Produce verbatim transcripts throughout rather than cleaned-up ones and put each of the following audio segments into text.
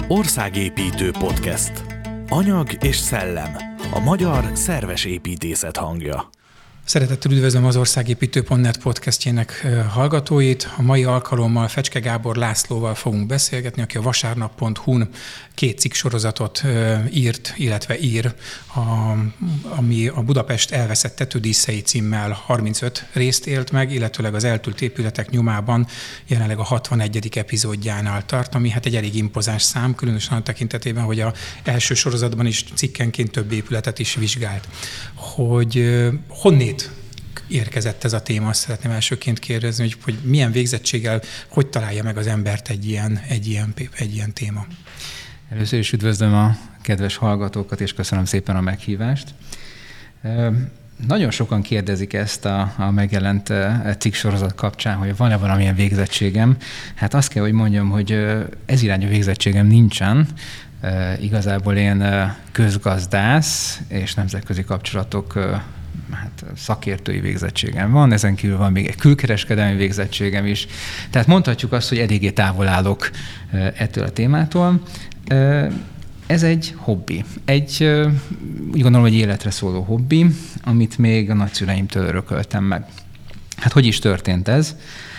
Országépítő Podcast. Anyag és szellem. A magyar szerves építészet hangja. Szeretettel üdvözlöm az Országépítő pont net podcastjének hallgatóit. A mai alkalommal Fecske Gábor Lászlóval fogunk beszélgetni, aki a vasárnap pont hu-n két cikk sorozatot írt, illetve ír, a, ami a Budapest elveszett tetődíszei címmel harmincöt részt élt meg, illetőleg az eltűnt épületek nyomában jelenleg a hatvanegyedik epizódjánál tart, ami hát egy elég impozáns szám, különösen a tekintetében, hogy az első sorozatban is cikkenként több épületet is vizsgált. Hogy honnét érkezett ez a téma, azt szeretném elsőként kérdezni, hogy, hogy milyen végzettséggel, hogy találja meg az embert egy ilyen, egy ilyen, egy ilyen téma. Először is üdvözlöm a kedves hallgatókat, és köszönöm szépen a meghívást. Nagyon sokan kérdezik ezt a, a megjelent cikksorozat kapcsán, hogy van-e valamilyen végzettségem. Hát azt kell, hogy mondjam, hogy ez irányú végzettségem nincsen. Igazából én közgazdász és nemzetközi kapcsolatok hát szakértői végzettségem van, ezen kívül van még egy külkereskedelmi végzettségem is. Tehát mondhatjuk azt, hogy eléggé távol állok ettől a témától. Ez egy hobbi. Egy, úgy gondolom, hogy életre szóló hobbi, amit még a nagyszüleimtől örököltem meg. Hát hogy is történt ez?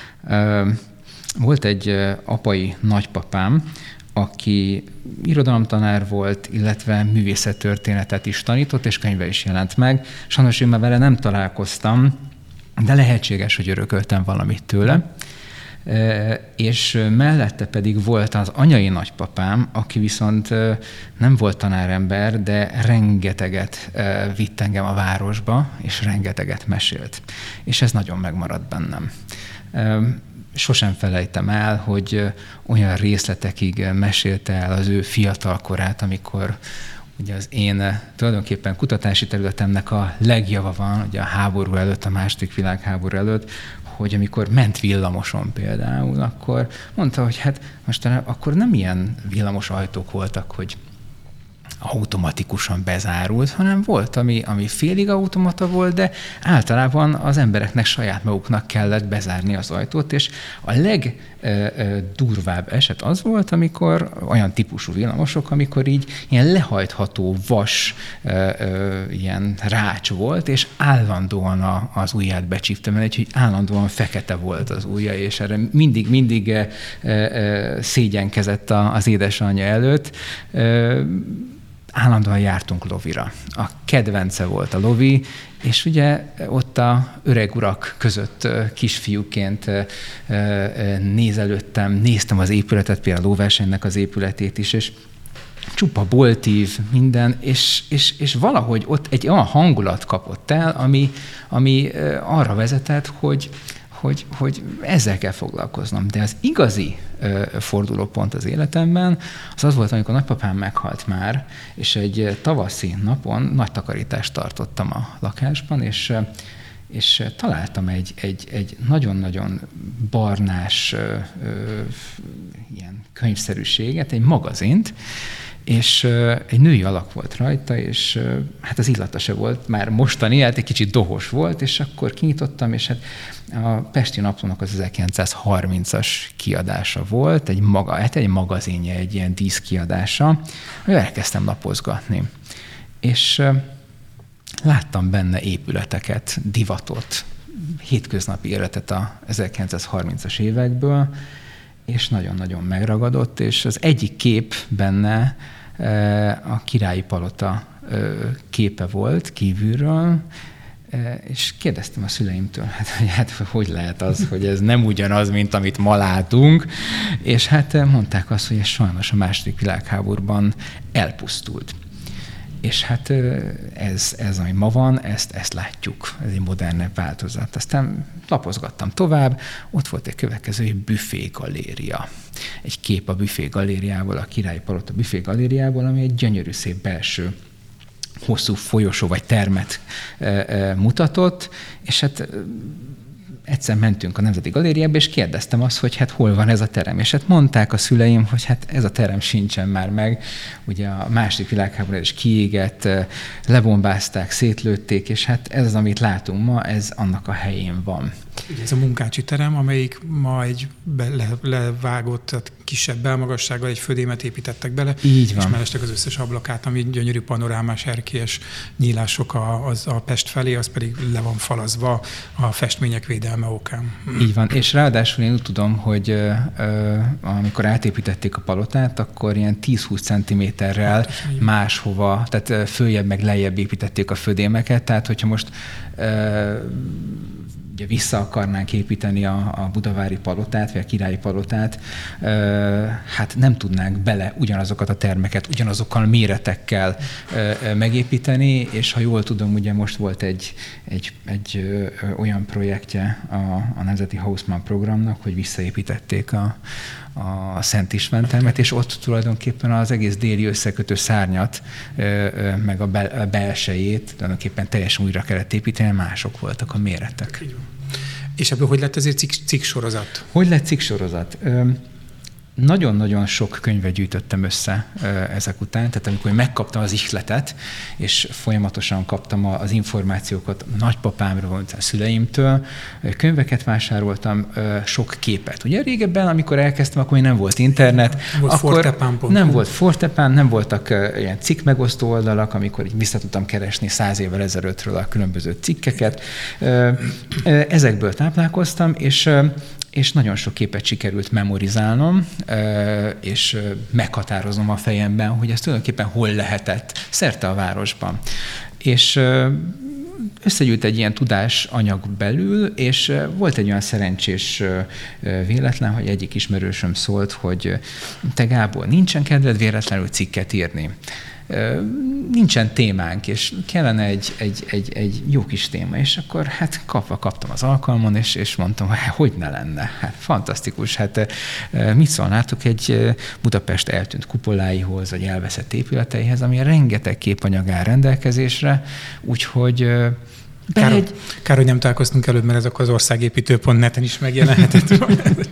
Volt egy apai nagypapám, aki irodalomtanár volt, illetve művészettörténetet is tanított, és könyve is jelent meg. Sajnos én már vele nem találkoztam, de lehetséges, hogy örököltem valamit tőle. És mellette pedig volt az anyai nagypapám, aki viszont nem volt tanárember, de rengeteget vitt engem a városba, és rengeteget mesélt. És ez nagyon megmaradt bennem. Sosem felejtem el, hogy olyan részletekig mesélte el az ő fiatal korát, amikor ugye az én tulajdonképpen kutatási területemnek a legjava van, ugye a háború előtt, a második világháború előtt, hogy amikor ment villamoson például, akkor mondta, hogy hát most akkor nem ilyen villamos ajtók voltak, hogy automatikusan bezárult, hanem volt, ami, ami félig automata volt, de általában az embereknek saját maguknak kellett bezárni az ajtót, és a legdurvább eset az volt, amikor olyan típusú villamosok, amikor így ilyen lehajtható vas ö, ö, ilyen rács volt, és állandóan a, az ujját becsípte, mert hogy állandóan fekete volt az ujja, és erre mindig, mindig ö, ö, szégyenkezett az édesanyja előtt. Ö, Állandóan jártunk lovira. A kedvence volt a lovi, és ugye ott a öreg urak között kisfiúként nézelődtem, néztem az épületet, például a lóversenynek az épületét is, és csupa boltív, minden, és, és, és valahogy ott egy olyan hangulat kapott el, ami, ami arra vezetett, hogy Hogy, hogy ezzel kell foglalkoznom. De az igazi ö, fordulópont az életemben az az volt, amikor nagypapám meghalt már, és egy tavaszi napon nagy takarítást tartottam a lakásban, és, és találtam egy, egy, egy nagyon-nagyon barnás ö, ö, ilyen könyvszerűséget, egy magazint, és uh, egy női alak volt rajta, és uh, hát az illata se volt már mostani, hát egy kicsit dohos volt, és akkor kinyitottam, és hát a Pesti Naplónak az ezerkilencszázharmincas kiadása volt, egy, maga, hát egy magazinja, egy ilyen díszkiadása, amivel elkezdtem lapozgatni. És uh, láttam benne épületeket, divatot, hétköznapi életet az ezerkilencszázharmincas évekből, és nagyon-nagyon megragadott, és az egyik kép benne a Királyi Palota képe volt kívülről, és kérdeztem a szüleimtől, hát, hogy hát hogy lehet az, hogy ez nem ugyanaz, mint amit ma látunk, és hát mondták azt, hogy ez sajnos a második világháborúban elpusztult. És hát ez, ez, ami ma van, ezt, ezt látjuk, ez egy modernebb változat. Aztán lapozgattam tovább, ott volt egy következő, egy büfégaléria. Egy kép a büfégalériából, a Királyi Palota büfégalériából, ami egy gyönyörű szép belső hosszú folyosó vagy termet mutatott, és hát egyszer mentünk a Nemzeti Galériába, és kérdeztem azt, hogy hát hol van ez a terem. És hát mondták a szüleim, hogy hát ez a terem sincsen már meg. Ugye a második világháború is kiégett, lebombázták, szétlőtték, és hát ez az, amit látunk ma, ez annak a helyén van. Ugye ez a munkácsi terem, amelyik ma egy be, le, levágott, tehát kisebb belmagassággal egy födémet építettek bele. Így van. És mellesleg az összes ablakát, ami gyönyörű panorámás, erkélyes nyílások a, az a Pest felé, az pedig le van falazva a festmények védelme okán. Így van, és ráadásul én úgy tudom, hogy ö, amikor átépítették a palotát, akkor ilyen tíz-húsz centiméterrel máshova, tehát följebb meg lejjebb építették a födémeket, tehát hogyha most ö, ugye vissza akarnánk építeni a, a budavári palotát, vagy a királyi palotát, ö, hát nem tudnánk bele ugyanazokat a termeket, ugyanazokkal méretekkel ö, ö, megépíteni, és ha jól tudom, ugye most volt egy, egy, egy ö, ö, olyan projektje a, a Nemzeti Haussmann programnak, hogy visszaépítették a, a Szent István termet, és ott tulajdonképpen az egész déli összekötő szárnyat, ö, ö, meg a, bel, a belsejét tulajdonképpen teljesen újra kellett építeni, mások voltak a méretek. És ebből hogy lett ezért cikk, cikk sorozat? Hogy lett cikk sorozat? Ö, Nagyon-nagyon sok könyvet gyűjtöttem össze ezek után, tehát amikor megkaptam az ihletet, és folyamatosan kaptam az információkat nagypapámról, a szüleimtől, könyveket vásároltam, sok képet. Ugye régebben, amikor elkezdtem, akkor még nem volt internet, nem volt akkor fortepán pont. nem volt fortepán, nem voltak ilyen cikk megosztó oldalak, amikor így vissza tudtam keresni száz évvel ezelőttről a különböző cikkeket. Ezekből táplálkoztam, és és nagyon sok képet sikerült memorizálnom, és meghatároznom a fejemben, hogy ez tulajdonképpen hol lehetett szerte a városban. És összegyűlt egy ilyen tudásanyag belül, és volt egy olyan szerencsés véletlen, hogy egyik ismerősöm szólt, hogy te Gábor, nincsen kedved véletlenül cikket írni. Nincsen témánk, és kellene egy, egy, egy, egy jó kis téma, és akkor hát kapva kaptam az alkalmon, és, és mondtam, hogy hogy ne lenne. Hát fantasztikus, hát mit szólnátok egy Budapest eltűnt kupoláihoz, vagy elveszett épületeihez, ami rengeteg képanyag áll rendelkezésre, úgyhogy Kár, egy... kár, hogy nem találkoztunk előbb, mert ez akkor az országépítő pont neten is megjelenhetett.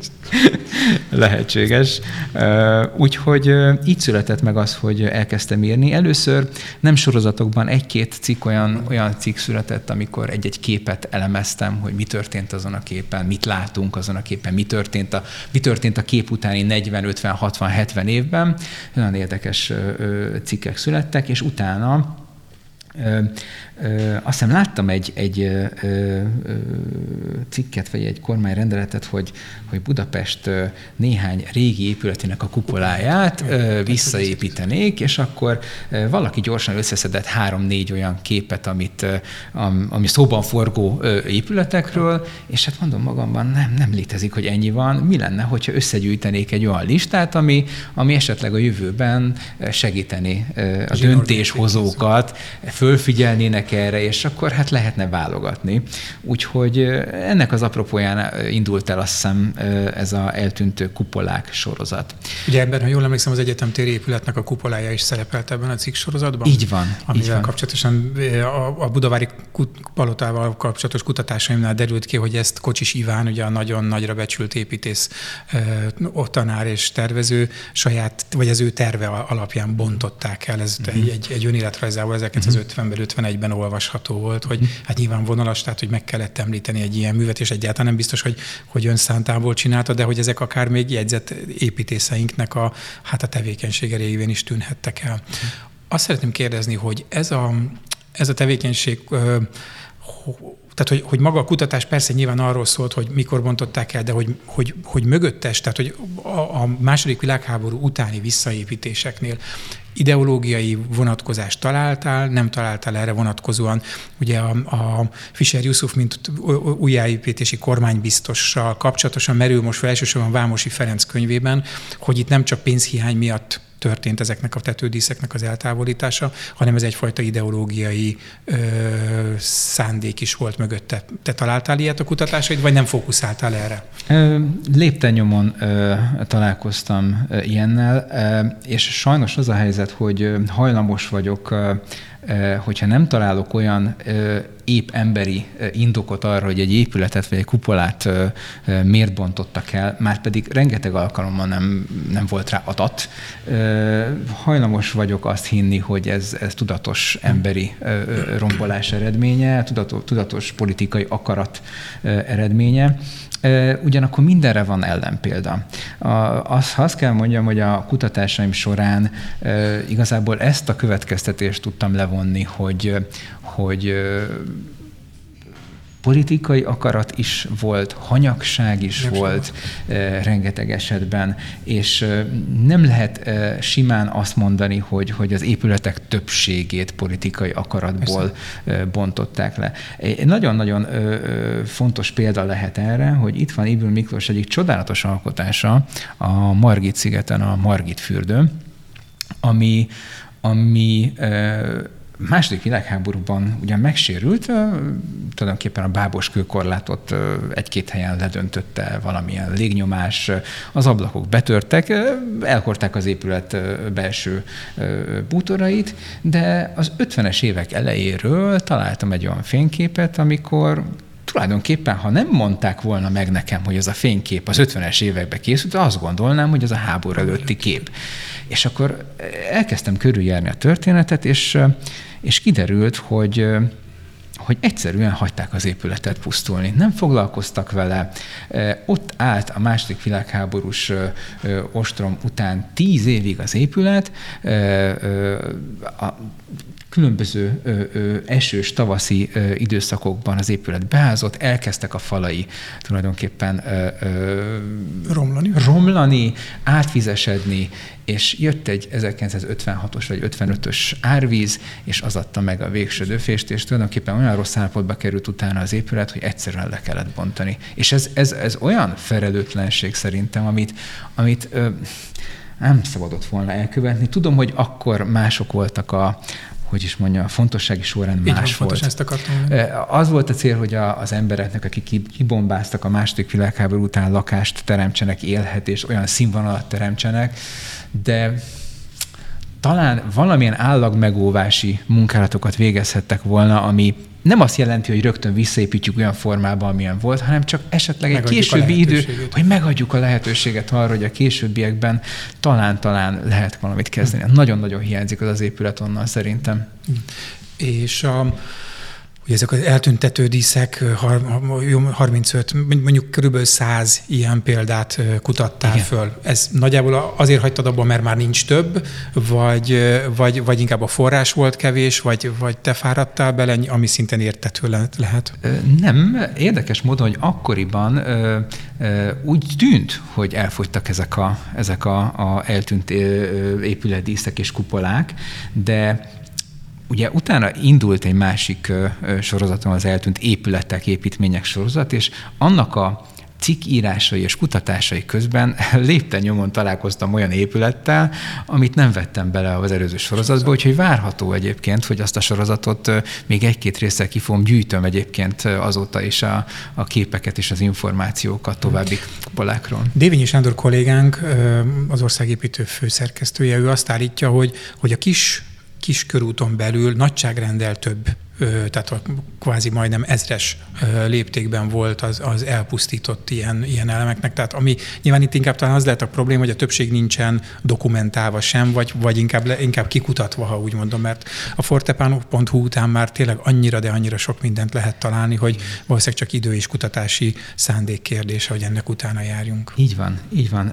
Lehetséges. Úgyhogy így született meg az, hogy elkezdtem írni. Először nem sorozatokban egy-két cikk olyan, olyan cikk született, amikor egy-egy képet elemeztem, hogy mi történt azon a képen, mit látunk azon a képen, mi történt a, mi történt a kép utáni negyven, ötven, hatvan, hetven évben. Nagyon érdekes cikkek születtek, és utána Ö, ö, azt hiszem láttam egy, egy ö, ö, cikket, vagy egy kormányrendeletet, hogy, hogy Budapest ö, néhány régi épületének a kupoláját ö, visszaépítenék, és akkor ö, valaki gyorsan összeszedett három-négy olyan képet, amit, ö, am, ami szóban forgó ö, épületekről, és hát mondom magamban, nem, nem létezik, hogy ennyi van. Mi lenne, hogyha összegyűjtenék egy olyan listát, ami, ami esetleg a jövőben segíteni ö, a döntéshozókat, fölfigyelnének erre, és akkor hát lehetne válogatni. Úgyhogy ennek az apropóján indult el, azt hiszem, ez az eltűntő kupolák sorozat. Ugye ebben, ha jól emlékszem, az egyetemtéri épületnek a kupolája is szerepelt ebben a cikk sorozatban? Így van. Amivel így van. kapcsolatosan a, a budavári palotával kapcsolatos kutatásaimnál derült ki, hogy ezt Kocsis Iván, ugye a nagyon nagyra becsült építész, tanár és tervező, saját, vagy az ő terve alapján bontották el. Ez uh-huh. egy, egy, egy önéletrajzával ezerkilencszázötvenben, ötvenegyben olvasható volt, hogy hát nyilván vonalas, tehát hogy meg kellett említeni egy ilyen művet, és egyáltalán nem biztos, hogy, hogy önszántából csinálta, de hogy ezek akár még jegyzett építészeinknek a, hát a tevékenysége révén is tűnhettek el. Azt szeretném kérdezni, hogy ez a, ez a tevékenység, tehát hogy, hogy maga a kutatás persze nyilván arról szólt, hogy mikor bontották el, de hogy, hogy, hogy mögöttes, tehát hogy a, a második világháború utáni visszaépítéseknél ideológiai vonatkozást találtál, nem találtál erre vonatkozóan. Ugye a, a Fischer Yusuf, mint újjáépítési kormánybiztossal kapcsolatosan merül most fel elsősorban Vámosi Ferenc könyvében, hogy itt nem csak pénzhiány miatt történt ezeknek a tetődíszeknek az eltávolítása, hanem ez egyfajta ideológiai ö, szándék is volt mögötte. Te találtál ilyet a kutatásaid, vagy nem fókuszáltál erre? Lépten-nyomon ö, találkoztam ö, ilyennel, ö, és sajnos az a helyzet, hogy hajlamos vagyok, ö, hogyha nem találok olyan ö, épp emberi indokot arra, hogy egy épületet vagy egy kupolát ö, ö, miért bontottak el, már pedig rengeteg alkalommal nem, nem volt rá adat. Ö, hajlamos vagyok azt hinni, hogy ez, ez tudatos emberi ö, rombolás eredménye, tudatos, tudatos politikai akarat ö, eredménye. Ugyanakkor mindenre van ellenpélda. Azt, azt kell mondjam, hogy a kutatásaim során igazából ezt a következtetést tudtam levonni, hogy, hogy politikai akarat is volt, hanyagság is nem volt e, rengeteg esetben, és e, nem lehet e, simán azt mondani, hogy, hogy az épületek többségét politikai akaratból e, bontották le. Egy nagyon-nagyon e, fontos példa lehet erre, hogy itt van Ybl Miklós egyik csodálatos alkotása a Margit-szigeten, a Margit fürdő, ami, ami e, második világháborúban ugyan megsérült, tulajdonképpen a bábos kőkorlátot egy-két helyen ledöntötte valamilyen légnyomás, az ablakok betörtek, elhordták az épület belső bútorait, de az ötvenes évek elejéről találtam egy olyan fényképet, amikor tulajdonképpen, ha nem mondták volna meg nekem, hogy ez a fénykép az ötvenes években készült, azt gondolnám, hogy ez a háború előtti kép. És akkor elkezdtem körüljárni a történetet, és, és kiderült, hogy, hogy egyszerűen hagyták az épületet pusztulni. Nem foglalkoztak vele. Ott állt a második világháborús ostrom után tíz évig az épület, a különböző ö, ö, esős tavaszi ö, időszakokban az épület beázott, elkezdtek a falai tulajdonképpen ö, ö, romlani. romlani, átvizesedni, és jött egy ezerkilencszázötvenhatos vagy ötvenötös árvíz, és az adta meg a végső döfést, és tulajdonképpen olyan rossz állapotba került utána az épület, hogy egyszerűen le kellett bontani. És ez, ez, ez olyan felelőtlenség szerintem, amit, amit ö, nem szabadott volna elkövetni. Tudom, hogy akkor mások voltak a hogy is mondja, a fontossági sorrend más van, volt. Fontos, ezt akartam mondani. Az volt a cél, hogy a, az embereknek, akik kibombáztak a második világháború után, lakást teremtsenek, élhetést, olyan színvonalat teremtsenek, de talán valamilyen állagmegóvási munkálatokat végezhettek volna, ami nem azt jelenti, hogy rögtön visszaépítjük olyan formában, amilyen volt, hanem csak esetleg egy későbbi idő, hogy megadjuk a lehetőséget arra, hogy a későbbiekben talán-talán lehet valamit kezdeni. Hmm. Nagyon-nagyon hiányzik az az épület onnan szerintem. És a hogy ezek az eltüntető díszek, harmincöt, mondjuk körülbelül száz ilyen példát kutattál Igen. föl. Ez nagyjából azért hagytad abban, mert már nincs több, vagy, vagy, vagy inkább a forrás volt kevés, vagy, vagy te fáradtál bele, ami szintén érthető lehet? Nem. Érdekes módon, hogy akkoriban ö, ö, úgy tűnt, hogy elfogytak ezek a, ezek a, a eltűnt épületdíszek és kupolák, de ugye utána indult egy másik sorozatom, az eltűnt épületek, építmények sorozat, és annak a cikkírásai és kutatásai közben lépten nyomon találkoztam olyan épülettel, amit nem vettem bele az előző sorozatba, úgyhogy várható egyébként, hogy azt a sorozatot még egy-két résszel ki fogom, gyűjtöm egyébként azóta is a, a képeket és az információkat további kupolákról. Dévényi Sándor kollégánk, az Országépítő főszerkesztője, ő azt állítja, hogy, hogy a kis kis körúton belül nagyságrendel több, tehát a kvázi majdnem ezres léptékben volt az, az elpusztított ilyen, ilyen elemeknek. Tehát ami nyilván itt inkább talán az lehet a probléma, hogy a többség nincsen dokumentálva sem, vagy, vagy inkább, inkább kikutatva, ha úgy mondom, mert a fortepano pont hu után már tényleg annyira, de annyira sok mindent lehet találni, hogy valószínűleg csak idő és kutatási szándék kérdése, hogy ennek utána járjunk. Így van, így van.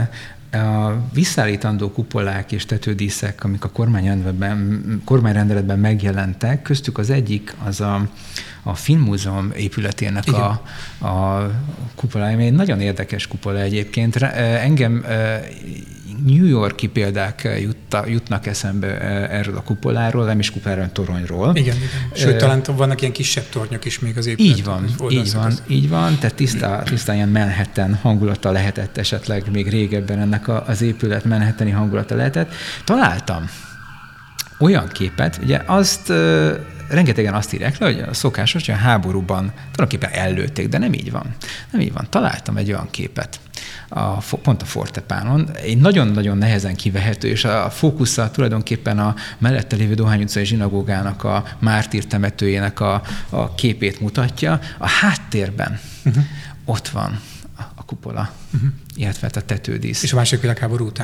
A visszaállítandó kupolák és tetődíszek, amik a kormányrendeletben, kormányrendeletben megjelentek, köztük az egyik az a, a Filmmúzeum épületének a, a kupolája, ami egy nagyon érdekes kupola egyébként. Engem New York-i példák jutta, jutnak eszembe erről a kupoláról, nem is kupoláról, toronyról. Igen, igen. Sőt, talán vannak ilyen kisebb tornyok is még az épület. Így van, így van, az. így van. Tehát tiszta, tisztán ilyen Manhattan hangulata lehetett esetleg még régebben ennek a, az épület Manhattani hangulata lehetett. Találtam olyan képet, ugye azt rengetegen azt írják le, hogy a szokásos, hogy a háborúban tulajdonképpen ellőtték, de nem így van. Nem így van. Találtam egy olyan képet, a, pont a Fortepánon, egy nagyon-nagyon nehezen kivehető, és a fókusza tulajdonképpen a mellette lévő Dohány utcai zsinagógának, a mártír temetőjének a, a képét mutatja. A háttérben uh-huh. ott van a kupola, uh-huh. illetve a tetődísz. És a második világháború után?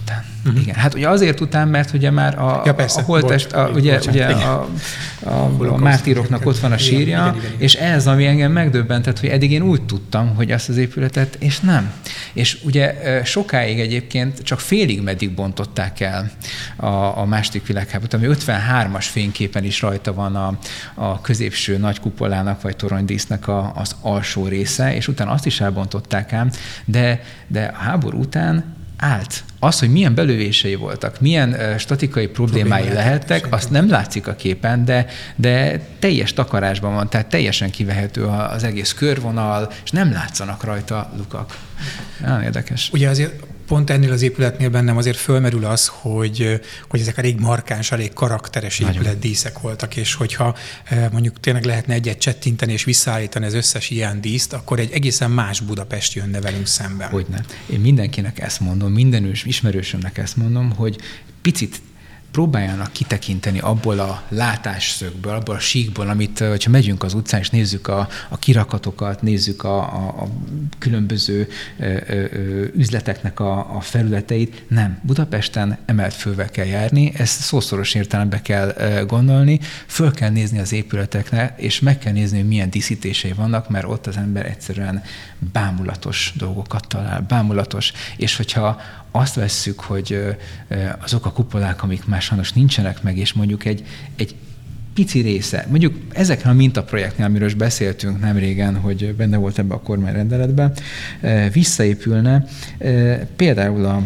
után. Uh-huh. Igen, hát ugye azért után, mert ugye már a, ja, persze, a holttest, a, ugye, ugye a, a, a mártíroknak ott van a sírja, igen, igen, igen, és ez, ami engem megdöbbentett, hogy eddig én úgy tudtam, hogy azt az épületet, és nem. És ugye sokáig egyébként csak félig meddig bontották el a, a második világháborút, ami ötvenhármas fényképen is rajta van a, a középső nagy kupolának, vagy toronydísznek a, az alsó része, és utána azt is elbontották ám, de, de a háború után állt. Az, hogy milyen belövései voltak, milyen uh, statikai problémái Problémák lehettek, azt nem látszik a képen, de, de teljes takarásban van, tehát teljesen kivehető az egész körvonal, és nem látszanak rajta lukak. Nagyon érdekes. Ugye azért pont ennél az épületnél bennem azért fölmerül az, hogy, hogy ezek elég markáns, elég karakteres épületdíszek voltak, és hogyha mondjuk tényleg lehetne egyet csettinteni és visszaállítani az összes ilyen díszt, akkor egy egészen más Budapest jönne velünk szemben. Hogyne. Én mindenkinek ezt mondom, minden ismerősömnek ezt mondom, hogy picit próbáljanak kitekinteni abból a látásszögből, abból a síkból, amit, hogyha megyünk az utcán, és nézzük a, a kirakatokat, nézzük a, a, a különböző ö, ö, üzleteknek a, a felületeit. Nem. Budapesten emelt fölvel kell járni, ezt szószoros értelemben kell gondolni, föl kell nézni az épületeknek, és meg kell nézni, hogy milyen díszítései vannak, mert ott az ember egyszerűen bámulatos dolgokat talál, bámulatos. És hogyha azt vesszük, hogy azok a kupolák, amik már sajnos nincsenek meg, és mondjuk egy, egy pici része, mondjuk ezekre a mintaprojektnél, amiről is beszéltünk nem régen, hogy benne volt ebbe a kormányrendeletben, visszaépülne, például a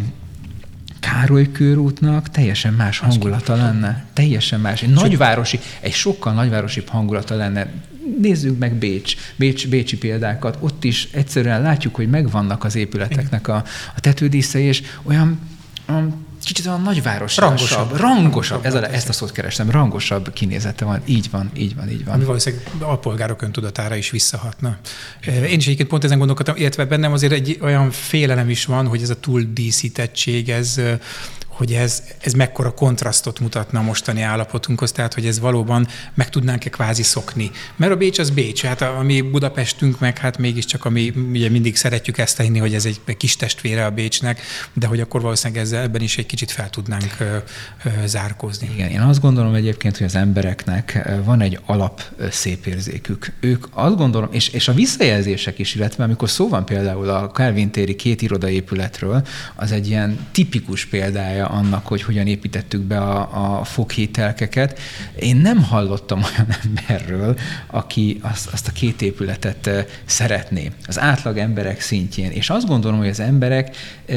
Károly körútnak teljesen más hangulata lenne. Teljesen más. Egy nagyvárosi, egy sokkal nagyvárosibb hangulata lenne. Nézzük meg Bécs, Bécs, bécsi példákat. Ott is egyszerűen látjuk, hogy megvannak az épületeknek a, a tetődíszei, és olyan, olyan kicsit olyan nagyvárosabb, rangosabb, rangosabb, ez a, ezt a szót kerestem, rangosabb kinézete van. Így van, így van, így van. Ami valószínűleg a polgárok öntudatára is visszahatna. Én is egyébként pont ezen gondolkodtam, illetve bennem azért egy olyan félelem is van, hogy ez a túldíszítettség, ez hogy ez, ez mekkora kontrasztot mutatna a mostani állapotunkhoz, tehát hogy ez valóban meg tudnánk-e kvázi szokni. Mert a Bécs az Bécs, hát a, a mi Budapestünk meg hát mégiscsak, ami ugye mindig szeretjük ezt hinni, hogy ez egy kis testvére a Bécsnek, de hogy akkor valószínűleg ezzel, ebben is egy kicsit fel tudnánk ö, ö, zárkózni. Igen, én azt gondolom egyébként, hogy az embereknek van egy alap szépérzékük. Ők azt gondolom, és, és a visszajelzések is, illetve amikor szó van például a Kálvin téri két irodaépületről, az egy ilyen tipikus példája annak, hogy hogyan építettük be a, a foghételkeket. Én nem hallottam olyan emberről, aki azt, azt a két épületet szeretné. Az átlag emberek szintjén. És azt gondolom, hogy az emberek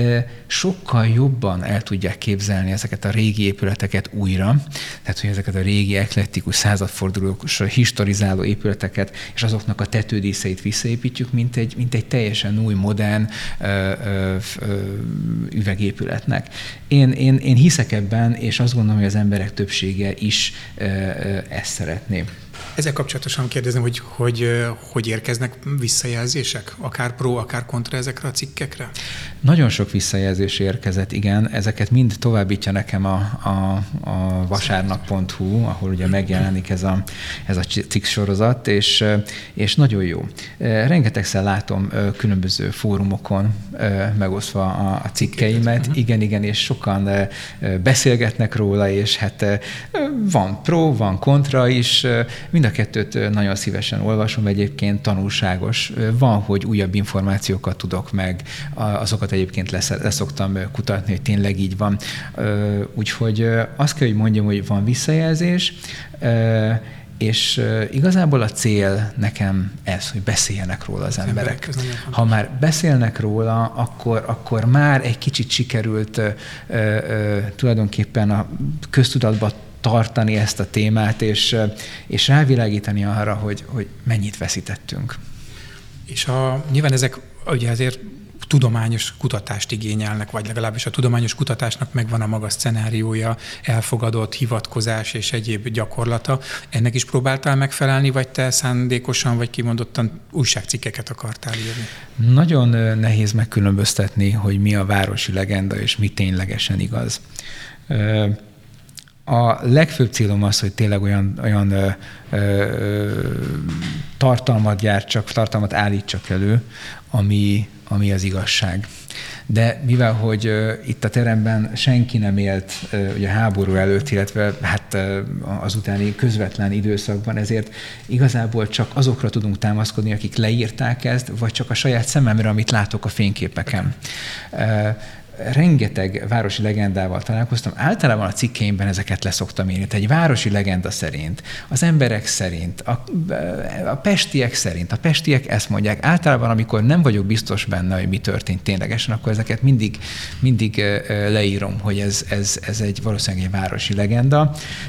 sokkal jobban el tudják képzelni ezeket a régi épületeket újra, tehát, hogy ezeket a régi eklektikus, századfordulós, historizáló épületeket, és azoknak a tetődíszeit visszaépítjük, mint egy, mint egy teljesen új, modern ö, ö, ö, üvegépületnek. Én, én, én hiszek ebben, és azt gondolom, hogy az emberek többsége is ö, ö, ezt szeretné. Ezzel kapcsolatosan kérdezem, hogy, hogy hogy érkeznek visszajelzések, akár pro, akár kontra ezekre a cikkekre? Nagyon sok visszajelzés érkezett, igen. Ezeket mind továbbítja nekem a, a, a vasárnap pont hu, ahol ugye megjelenik ez a, ez a cikk sorozat, és, és nagyon jó. Rengetegszer látom különböző fórumokon megosztva a, a cikkeimet. Igen, igen, és sokan beszélgetnek róla, és hát van pro, van kontra is. Mind a kettőt nagyon szívesen olvasom, egyébként tanulságos. Van, hogy újabb információkat tudok meg, azokat egyébként lesz, leszoktam kutatni, hogy tényleg így van. Úgyhogy azt kell, hogy mondjam, hogy van visszajelzés, és igazából a cél nekem ez, hogy beszéljenek róla az emberek. Ha már beszélnek róla, akkor, akkor már egy kicsit sikerült tulajdonképpen a köztudatba tartani ezt a témát, és, és rávilágítani arra, hogy, hogy mennyit veszítettünk. És a, nyilván ezek ugye azért tudományos kutatást igényelnek, vagy legalábbis a tudományos kutatásnak megvan a maga szcenáriója, elfogadott hivatkozás és egyéb gyakorlata. Ennek is próbáltál megfelelni, vagy te szándékosan, vagy kimondottan újságcikkeket akartál írni? Nagyon nehéz megkülönböztetni, hogy mi a városi legenda, és mi ténylegesen igaz. A legfőbb célom az, hogy tényleg olyan, olyan ö, ö, tartalmat gyártsak, tartalmat állítsak elő, ami, ami az igazság. De mivel, hogy uh, itt a teremben senki nem élt uh, ugye háború előtt, illetve hát uh, az utáni közvetlen időszakban, ezért igazából csak azokra tudunk támaszkodni, akik leírták ezt, vagy csak a saját szememre, amit látok a fényképeken. Uh, rengeteg városi legendával találkoztam. Általában a cikkeimben ezeket leszoktam írni. Egy városi legenda szerint, az emberek szerint, a, a pestiek szerint, a pestiek ezt mondják. Általában, amikor nem vagyok biztos benne, hogy mi történt ténylegesen, akkor ezeket mindig, mindig leírom, hogy ez, ez, ez egy valószínűleg egy városi legenda.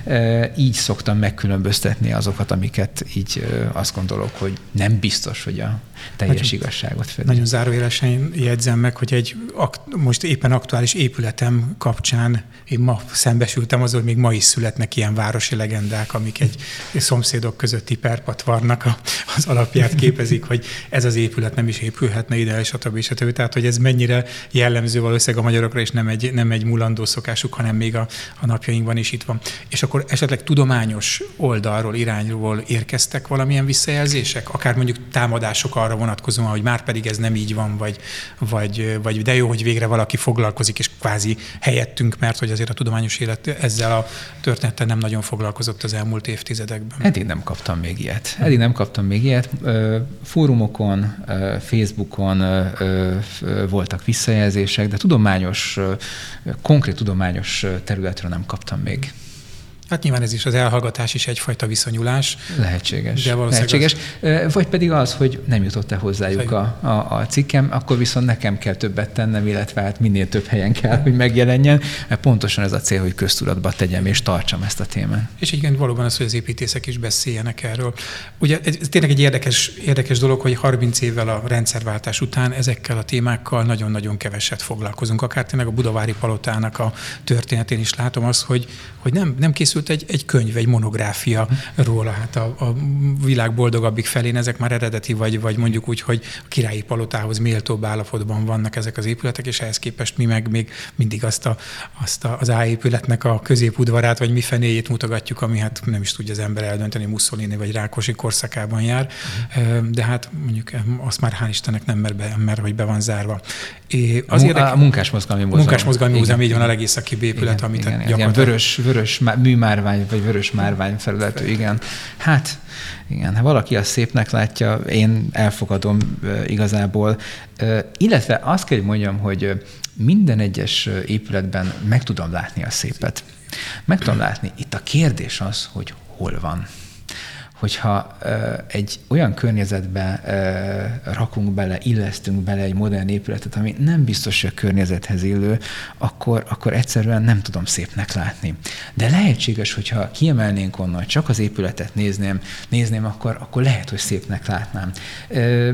Így szoktam megkülönböztetni azokat, amiket így azt gondolok, hogy nem biztos, hogy a teljes nagyon, igazságot fedi. Nagyon zárójelesen jegyzem meg, hogy egy most éppen aktuális épületem kapcsán én ma szembesültem azzal, hogy még ma is születnek ilyen városi legendák, amik egy szomszédok közötti perpatvarnak az alapját képezik, hogy ez az épület nem is épülhetne ide, stb. stb. Tehát, hogy ez mennyire jellemző valószínűleg a magyarokra, és nem egy, nem egy mulandó szokásuk, hanem még a, a napjainkban is itt van. És akkor esetleg tudományos oldalról, irányról érkeztek valamilyen visszajelzések? Akár mondjuk támadások arra vonatkozóan, hogy már pedig ez nem így van, vagy, vagy, vagy de jó, hogy végre valaki foglalkozik, és kvázi helyettünk, mert hogy azért a tudományos élet ezzel a történettel nem nagyon foglalkozott az elmúlt évtizedekben. Eddig nem kaptam még ilyet. Eddig nem kaptam még ilyet. Fórumokon, Facebookon voltak visszajelzések, de tudományos, konkrét tudományos területről nem kaptam még. Hát nyilván ez is, az elhallgatás is egyfajta viszonyulás. Lehetséges. De lehetséges. Az... Vagy pedig az, hogy nem jutott el hozzájuk a, a, a cikkem, akkor viszont nekem kell többet tennem, illetve hát minél több helyen kell, hogy megjelenjen, mert pontosan ez a cél, hogy köztudatba tegyem és tartsam ezt a témát. És igen, valóban az, hogy az építészek is beszéljenek erről. Ugye ez tényleg egy érdekes, érdekes dolog, hogy harminc évvel a rendszerváltás után ezekkel a témákkal nagyon-nagyon keveset foglalkozunk. Akár tényleg a Budavári Palotának a történetén is látom azt, hogy, hogy nem, nem készül Egy, egy könyv, egy monográfia róla, hát a, a világ boldogabbik felén ezek már eredeti, vagy, vagy mondjuk úgy, hogy a Királyi Palotához méltóbb állapotban vannak ezek az épületek, és ehhez képest mi meg még mindig azt, a, azt a, az A épületnek a középudvarát, vagy mi fenéjét mutogatjuk, ami hát nem is tudja az ember eldönteni, Mussolini vagy Rákosi korszakában jár, de hát mondjuk azt már hál' Istennek nem mer, be, mer hogy be van zárva. Az a, érdek... a Munkásmozgalmi Múzeum. Munkásmozgalmi Múzeum, így van, a legészakibb épület, amit igen, gyakorlatilag... vörös, vörös műmárvány, vagy vörös márvány felületű, igen. Hát, igen, ha valaki azt szépnek látja, én elfogadom igazából. Illetve azt kell, hogy mondjam, hogy minden egyes épületben meg tudom látni a szépet. Meg tudom látni. Itt a kérdés az, hogy hol van. Hogyha uh, egy olyan környezetbe uh, rakunk bele, illesztünk bele egy modern épületet, ami nem biztos, hogy a környezethez illő, akkor, akkor egyszerűen nem tudom szépnek látni. De lehetséges, hogyha kiemelnénk onnan, csak az épületet nézném, nézném akkor, akkor lehet, hogy szépnek látnám. Uh,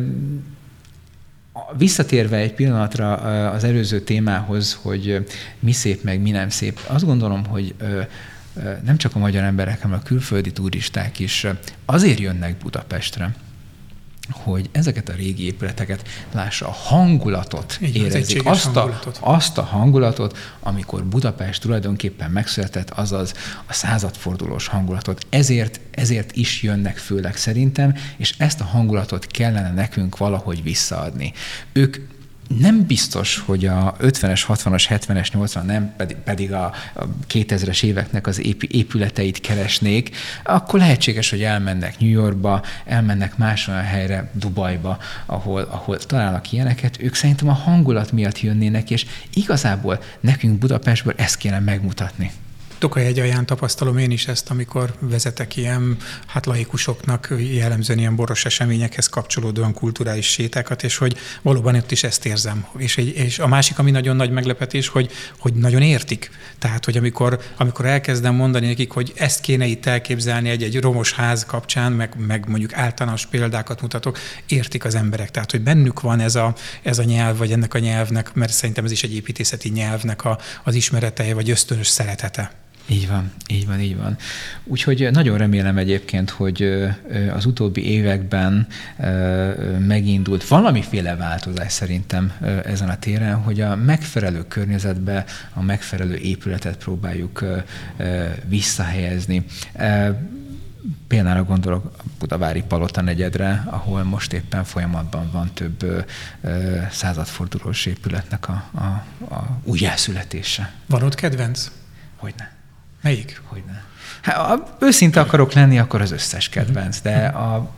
Visszatérve egy pillanatra az előző témához, hogy mi szép, meg mi nem szép, azt gondolom, hogy uh, nem csak a magyar emberek, hanem a külföldi turisták is azért jönnek Budapestre, hogy ezeket a régi épületeket lássa, a hangulatot érezzék, azt a, hangulatot. azt a hangulatot, amikor Budapest tulajdonképpen megszületett, azaz a századfordulós hangulatot. Ezért, ezért is jönnek főleg szerintem, és ezt a hangulatot kellene nekünk valahogy visszaadni. Ők nem biztos, hogy a ötvenes, hatvanas, hetvenes, nyolcvanas, nem pedig, pedig a, a kétezres éveknek az épületeit keresnék, akkor lehetséges, hogy elmennek New Yorkba, elmennek más olyan helyre, Dubajba, ahol, ahol találnak ilyeneket. Ők szerintem a hangulat miatt jönnének, és igazából nekünk Budapestből ezt kéne megmutatni. Tokajhegyalján tapasztalom én is ezt, amikor vezetek ilyen, hát laikusoknak jellemzően ilyen boros eseményekhez kapcsolódóan kulturális sétákat, és hogy valóban ott is ezt érzem. És, egy, és a másik, ami nagyon nagy meglepetés, hogy, hogy nagyon értik. Tehát, hogy amikor, amikor elkezdem mondani nekik, hogy ezt kéne itt elképzelni egy, egy romos ház kapcsán, meg, meg mondjuk általános példákat mutatok, értik az emberek. Tehát, hogy bennük van ez a, ez a nyelv, vagy ennek a nyelvnek, mert szerintem ez is egy építészeti nyelvnek a, az ismereteje, vagy ösztönös szeretete. Így van, így van, így van. Úgyhogy nagyon remélem egyébként, hogy az utóbbi években megindult valamiféle változás szerintem ezen a téren, hogy a megfelelő környezetbe a megfelelő épületet próbáljuk visszahelyezni. Például gondolok Budavári Palota negyedre, ahol most éppen folyamatban van több ö, ö, századfordulós épületnek a, a, a újjászületése. Van ott kedvenc? Hogyne. Melyik? Hogyne. Hát, ha őszinte akarok lenni, akkor az összes kedvenc, de a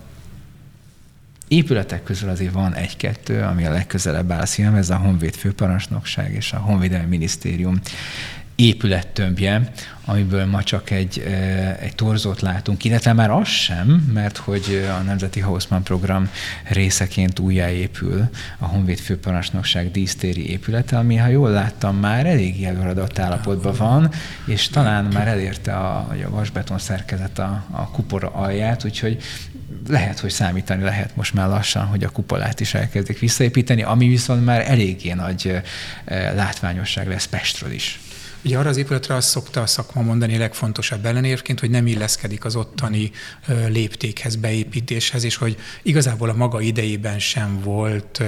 épületek közül azért van egy-kettő, ami a legközelebb áll a szívem, ez a Honvéd Főparancsnokság és a Honvédelmi Minisztérium épülettömbje, amiből ma csak egy, egy torzót látunk, illetve már az sem, mert hogy a Nemzeti Haussmann program részeként újjáépül a Honvéd Főparancsnokság dísztéri épülete, ami, ha jól láttam, már elég elmaradott állapotban van, és talán már elérte a, a vasbeton szerkezet a, a kupora alját, úgyhogy lehet, hogy számítani lehet most már lassan, hogy a kupolát is elkezdik visszaépíteni, ami viszont már eléggé nagy látványosság lesz Pestről is. Ugye arra az épületre azt szokta a szakma mondani legfontosabb ellenérként, hogy nem illeszkedik az ottani léptékhez, beépítéshez, és hogy igazából a maga idejében sem volt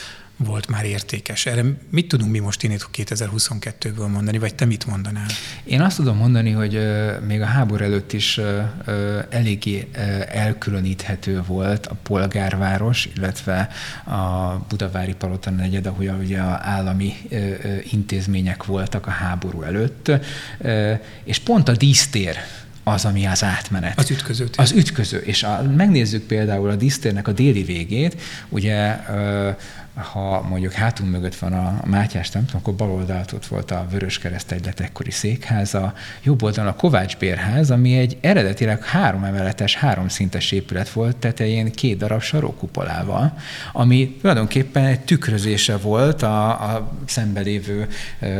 volt már értékes. Erre mit tudunk mi most én kétezer-huszonkettőből mondani, vagy te mit mondanál? Én azt tudom mondani, hogy uh, még a háború előtt is uh, uh, eléggé uh, elkülöníthető volt a polgárváros, illetve a Budavári Palota negyed, ahol ugye a állami uh, uh, intézmények voltak a háború előtt, uh, és pont a dísztér az, ami az átmenet. Az ütköző. Az ütköző. És a, megnézzük például a dísztérnek a déli végét, ugye uh, ha mondjuk hátunk mögött van a Mátyás templom, akkor bal oldalt ott volt a Vöröskereszt egylet ekkori székháza, jobb oldalon a Kovács bérház, ami egy eredetileg három emeletes, háromszintes épület volt, tetején két darab sarókupolával, ami tulajdonképpen egy tükrözése volt a, a szembelévő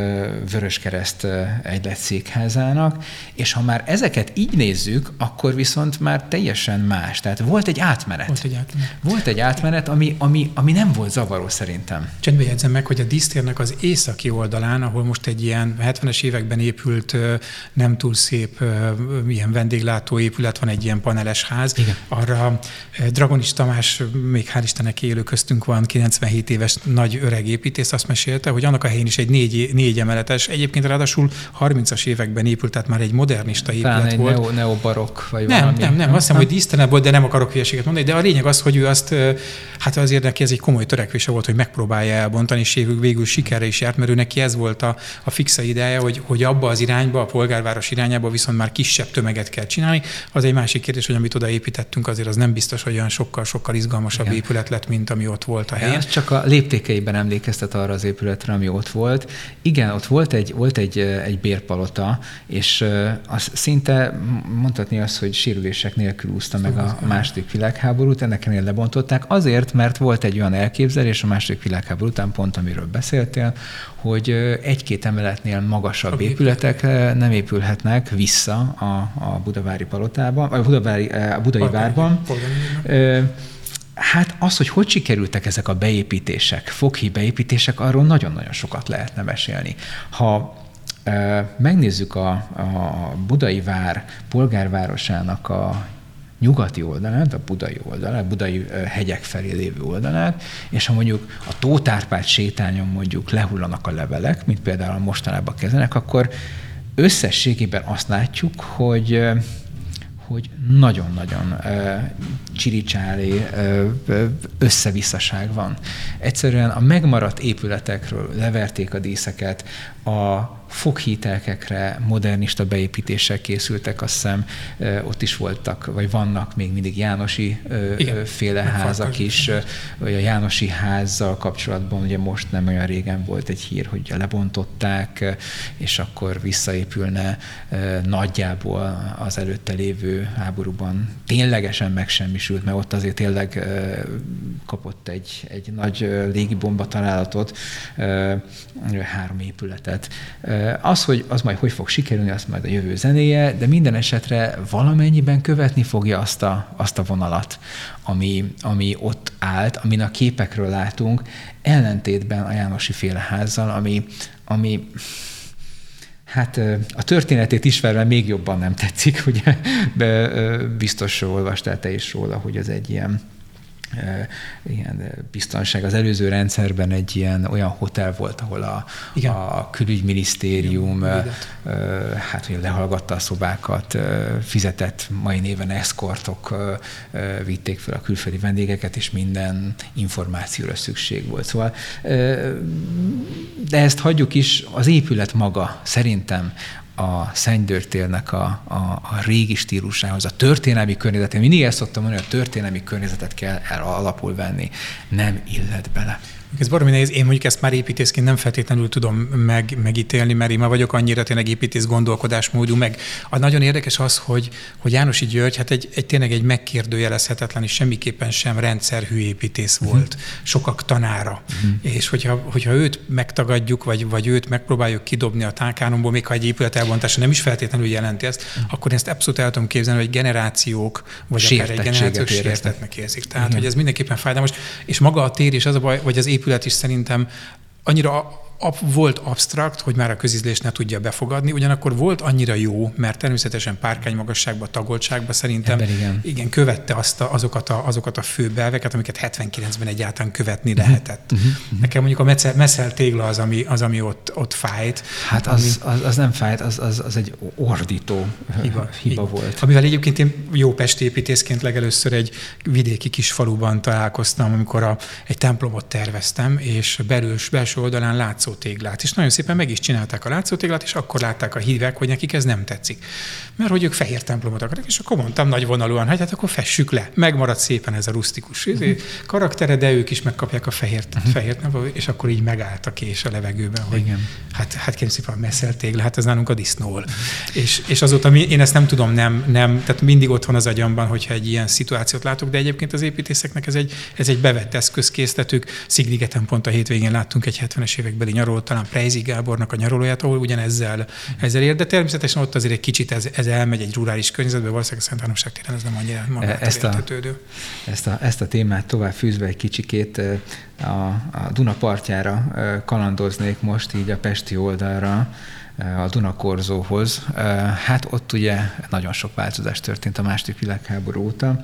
Vöröskereszt egylet székházának, és ha már ezeket így nézzük, akkor viszont már teljesen más. Tehát volt egy átmenet. Volt egy átmenet, volt egy átmenet ami, ami, ami nem volt zavaró szerintem. Csendben jegyzem meg, hogy a dísztérnek az északi oldalán, ahol most egy ilyen hetvenes években épült, nem túl szép ilyen vendéglátó épület, van egy ilyen paneles ház. Igen. Arra Dragonis Tamás, még hál' Istennek élő köztünk van, kilencvenhét éves nagy öreg építész, azt mesélte, hogy annak a helyén is egy négy, négy emeletes, egyébként ráadásul harmincas években épült, tehát már egy modernista épület Talán egy volt. Neo, neobarokk, vagy nem, valami. Nem, nem, azt hiszem, hogy dísztelen volt, de nem akarok hülyeséget mondani, de a lényeg az, hogy ő azt, hát azért neki ez egy komoly törekvése volt, hogy megpróbálja elbontani, és végül sikerre is járt, mert ő neki ez volt a, a fixa ideje, hogy, hogy abba az irányba, a polgárváros irányába viszont már kisebb tömeget kell csinálni. Az egy másik kérdés, hogy amit oda építettünk, azért az nem biztos, hogy olyan sokkal-sokkal izgalmasabb Igen. épület lett, mint ami ott volt a helyen. Ez csak a léptékeiben emlékeztet arra az épületre, ami ott volt. Igen, ott volt egy, volt egy, egy bérpalota, és az szinte mondhatni azt, hogy sérülések nélkül úszta meg a második világháborút, ennek ennél lebontották, azért, mert volt egy olyan elképzelés a második világháború után, pont amiről beszéltél, hogy egy-két emeletnél magasabb épületek nem épülhetnek vissza a, a Budavári Palotában, vagy a Budavári, a Budai Várban. Hát az, hogy hogy sikerültek ezek a beépítések, foghíj beépítések, arról nagyon-nagyon sokat lehetne mesélni. Ha megnézzük a, a Budai Vár polgárvárosának a nyugati oldalát, a budai oldalát, a budai hegyek felé lévő oldalát, és ha mondjuk a Tóth Árpád sétányon mondjuk lehullanak a levelek, mint például mostanában kezdenek, akkor összességében azt látjuk, hogy hogy nagyon-nagyon uh, csiricsáli uh, összevisszaság van. Egyszerűen a megmaradt épületekről leverték a díszeket, a foghítelkekre modernista beépítések készültek, azt hiszem ott is voltak, vagy vannak még mindig jánosi Igen, féle házak is, vagy a jánosi házzal kapcsolatban ugye most nem olyan régen volt egy hír, hogy lebontották, és akkor visszaépülne nagyjából az előtte lévő háborúban. Ténylegesen megsemmisült, mert ott azért tényleg kapott egy, egy nagy légibomba találatot, három épületet. Az, hogy az majd hogy fog sikerülni, az majd a jövő zenéje, de minden esetre valamennyiben követni fogja azt a, azt a vonalat, ami, ami ott állt, amin a képekről látunk, ellentétben a jánosi féle házzal, ami, ami hát a történetét ismerve még jobban nem tetszik, ugye, de biztos olvastál te is róla, hogy ez egy ilyen ilyen biztonság. Az előző rendszerben egy ilyen olyan hotel volt, ahol a, a külügyminisztérium Igen, hát, hogy lehallgatta a szobákat, fizetett mai néven eszkortok vitték fel a külföldi vendégeket, és minden információra szükség volt. Szóval, de ezt hagyjuk is, az épület maga szerintem a Szentgyörgytérnek a, a, a régi stílusához, a történelmi környezetén. Mindig ezt szoktam mondani, hogy a történelmi környezetet kell el alapul venni. Nem illet bele. Ez baromi nehéz. Én mondjuk ezt már építészként nem feltétlenül tudom meg, megítélni, mert én már vagyok annyira tényleg építész gondolkodásmódú, meg a nagyon érdekes az, hogy, hogy Jánosi György, hát egy, egy tényleg egy megkérdőjelezhetetlen és semmiképpen sem rendszerhű építész volt, uh-huh. sokak tanára. Uh-huh. És hogyha, hogyha őt megtagadjuk, vagy, vagy őt megpróbáljuk kidobni a tálkánomból, még ha egy épület elbontása nem is feltétlenül jelenti ezt, uh-huh. akkor ezt abszolút el tudom képzelni, hogy generációk, vagy akár egy generációk sértetnek érzik. Tehát, uh-huh. hogy ez mindenképpen fájdalmas. És maga a tér és az a baj, vagy az épület is szerintem annyira volt absztrakt, hogy már a közízlés ne tudja befogadni, ugyanakkor volt annyira jó, mert természetesen párkánymagasságban, tagoltságban szerintem Ebben igen. igen, követte azt a, azokat, a, azokat a főbelveket, amiket hetvenkilencben egyáltalán követni uh-huh. lehetett. Uh-huh. Nekem mondjuk a messzel tégla az, ami, az, ami ott, ott fájt. Hát az, ami... az, az nem fájt, az, az, az egy ordító hiba, hiba volt. Amivel egyébként én jó pesti építészként legelőször egy vidéki kis faluban találkoztam, amikor a, egy templomot terveztem, és belős, belső oldalán látszó látszótéglát, és nagyon szépen meg is csinálták a látszótéglát, és akkor látták a hívek, hogy nekik ez nem tetszik. Mert hogy ők fehér templomot akarnak, és akkor mondtam nagyvonalúan, hát, hát akkor fessük le. Megmarad szépen ez a rusztikus uh-huh. karaktere, de ők is megkapják a fehér, uh-huh. fehér templomot, és akkor így megállt a kés a levegőben, hogy Igen. hát, hát kérem szépen a messzeltégla, hát ez nálunk a disznól. Uh-huh. És, és azóta mi, én ezt nem tudom, nem, nem, tehát mindig ott van az agyamban, hogyha egy ilyen szituációt látok, de egyébként az építészeknek ez egy, ez egy bevett eszközkészletük. Szigligeten pont a hétvégén láttunk egy hetvenes évekbeli nyaralót, talán Preisig Gábornak a nyaralóját, ahol ugyanezzel ezzel ér, de természetesen ott azért egy kicsit ez, ez elmegy egy rurális környezetbe, valószínűleg a Szent Háromság téren ez nem annyira magától értetődő. Ezt a, ezt a témát tovább fűzve egy kicsikét a, a Duna partjára kalandoznék most így a pesti oldalra, a Dunakorzóhoz. Hát ott ugye nagyon sok változás történt a második világháború óta.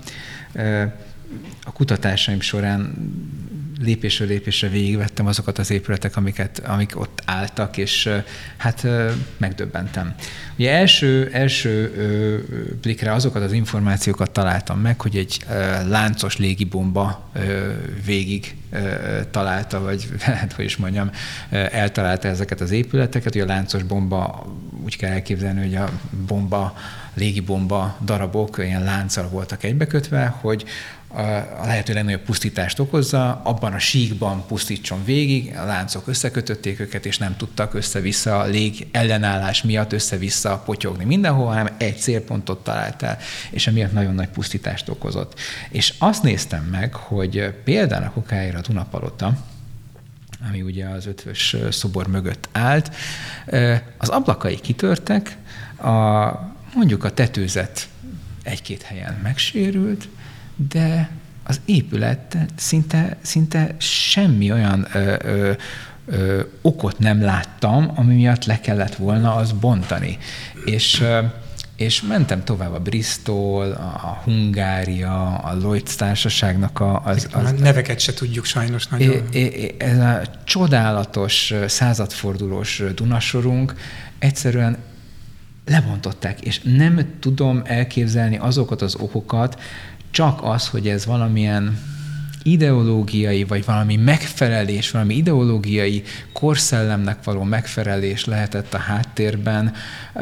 A kutatásaim során lépésről lépésre végigvettem azokat az épületek, amiket, amik ott álltak, és hát megdöbbentem. Ugye első, első blikre azokat az információkat találtam meg, hogy egy láncos légibomba végig találta, vagy hát, hogy is mondjam, eltalálta ezeket az épületeket. Ugye a láncos bomba, úgy kell elképzelni, hogy a bomba, légibomba darabok ilyen lánccal voltak egybekötve, hogy a lehető legnagyobb pusztítást okozza, abban a síkban pusztítson végig, a láncok összekötötték őket, és nem tudtak össze-vissza a lég ellenállás miatt össze-vissza potyogni mindenhol, hanem egy célpontot találtál, és emiatt nagyon nagy pusztítást okozott. És azt néztem meg, hogy például a Kokályra a Dunapalota, ami ugye az Ötvös szobor mögött állt, az ablakai kitörtek, a, mondjuk a tetőzet egy-két helyen megsérült, de az épület szinte, szinte semmi olyan ö, ö, ö, okot nem láttam, ami miatt le kellett volna az bontani. És, ö, és mentem tovább a Bristol, a Hungária, a Lloyds társaságnak a... Az, az, az, neveket se tudjuk sajnos nagyon. Ez a csodálatos századfordulós Dunasorunk egyszerűen lebontották, és nem tudom elképzelni azokat az okokat, csak az, hogy ez valamilyen ideológiai, vagy valami megfelelés, valami ideológiai korszellemnek való megfelelés lehetett a háttérben,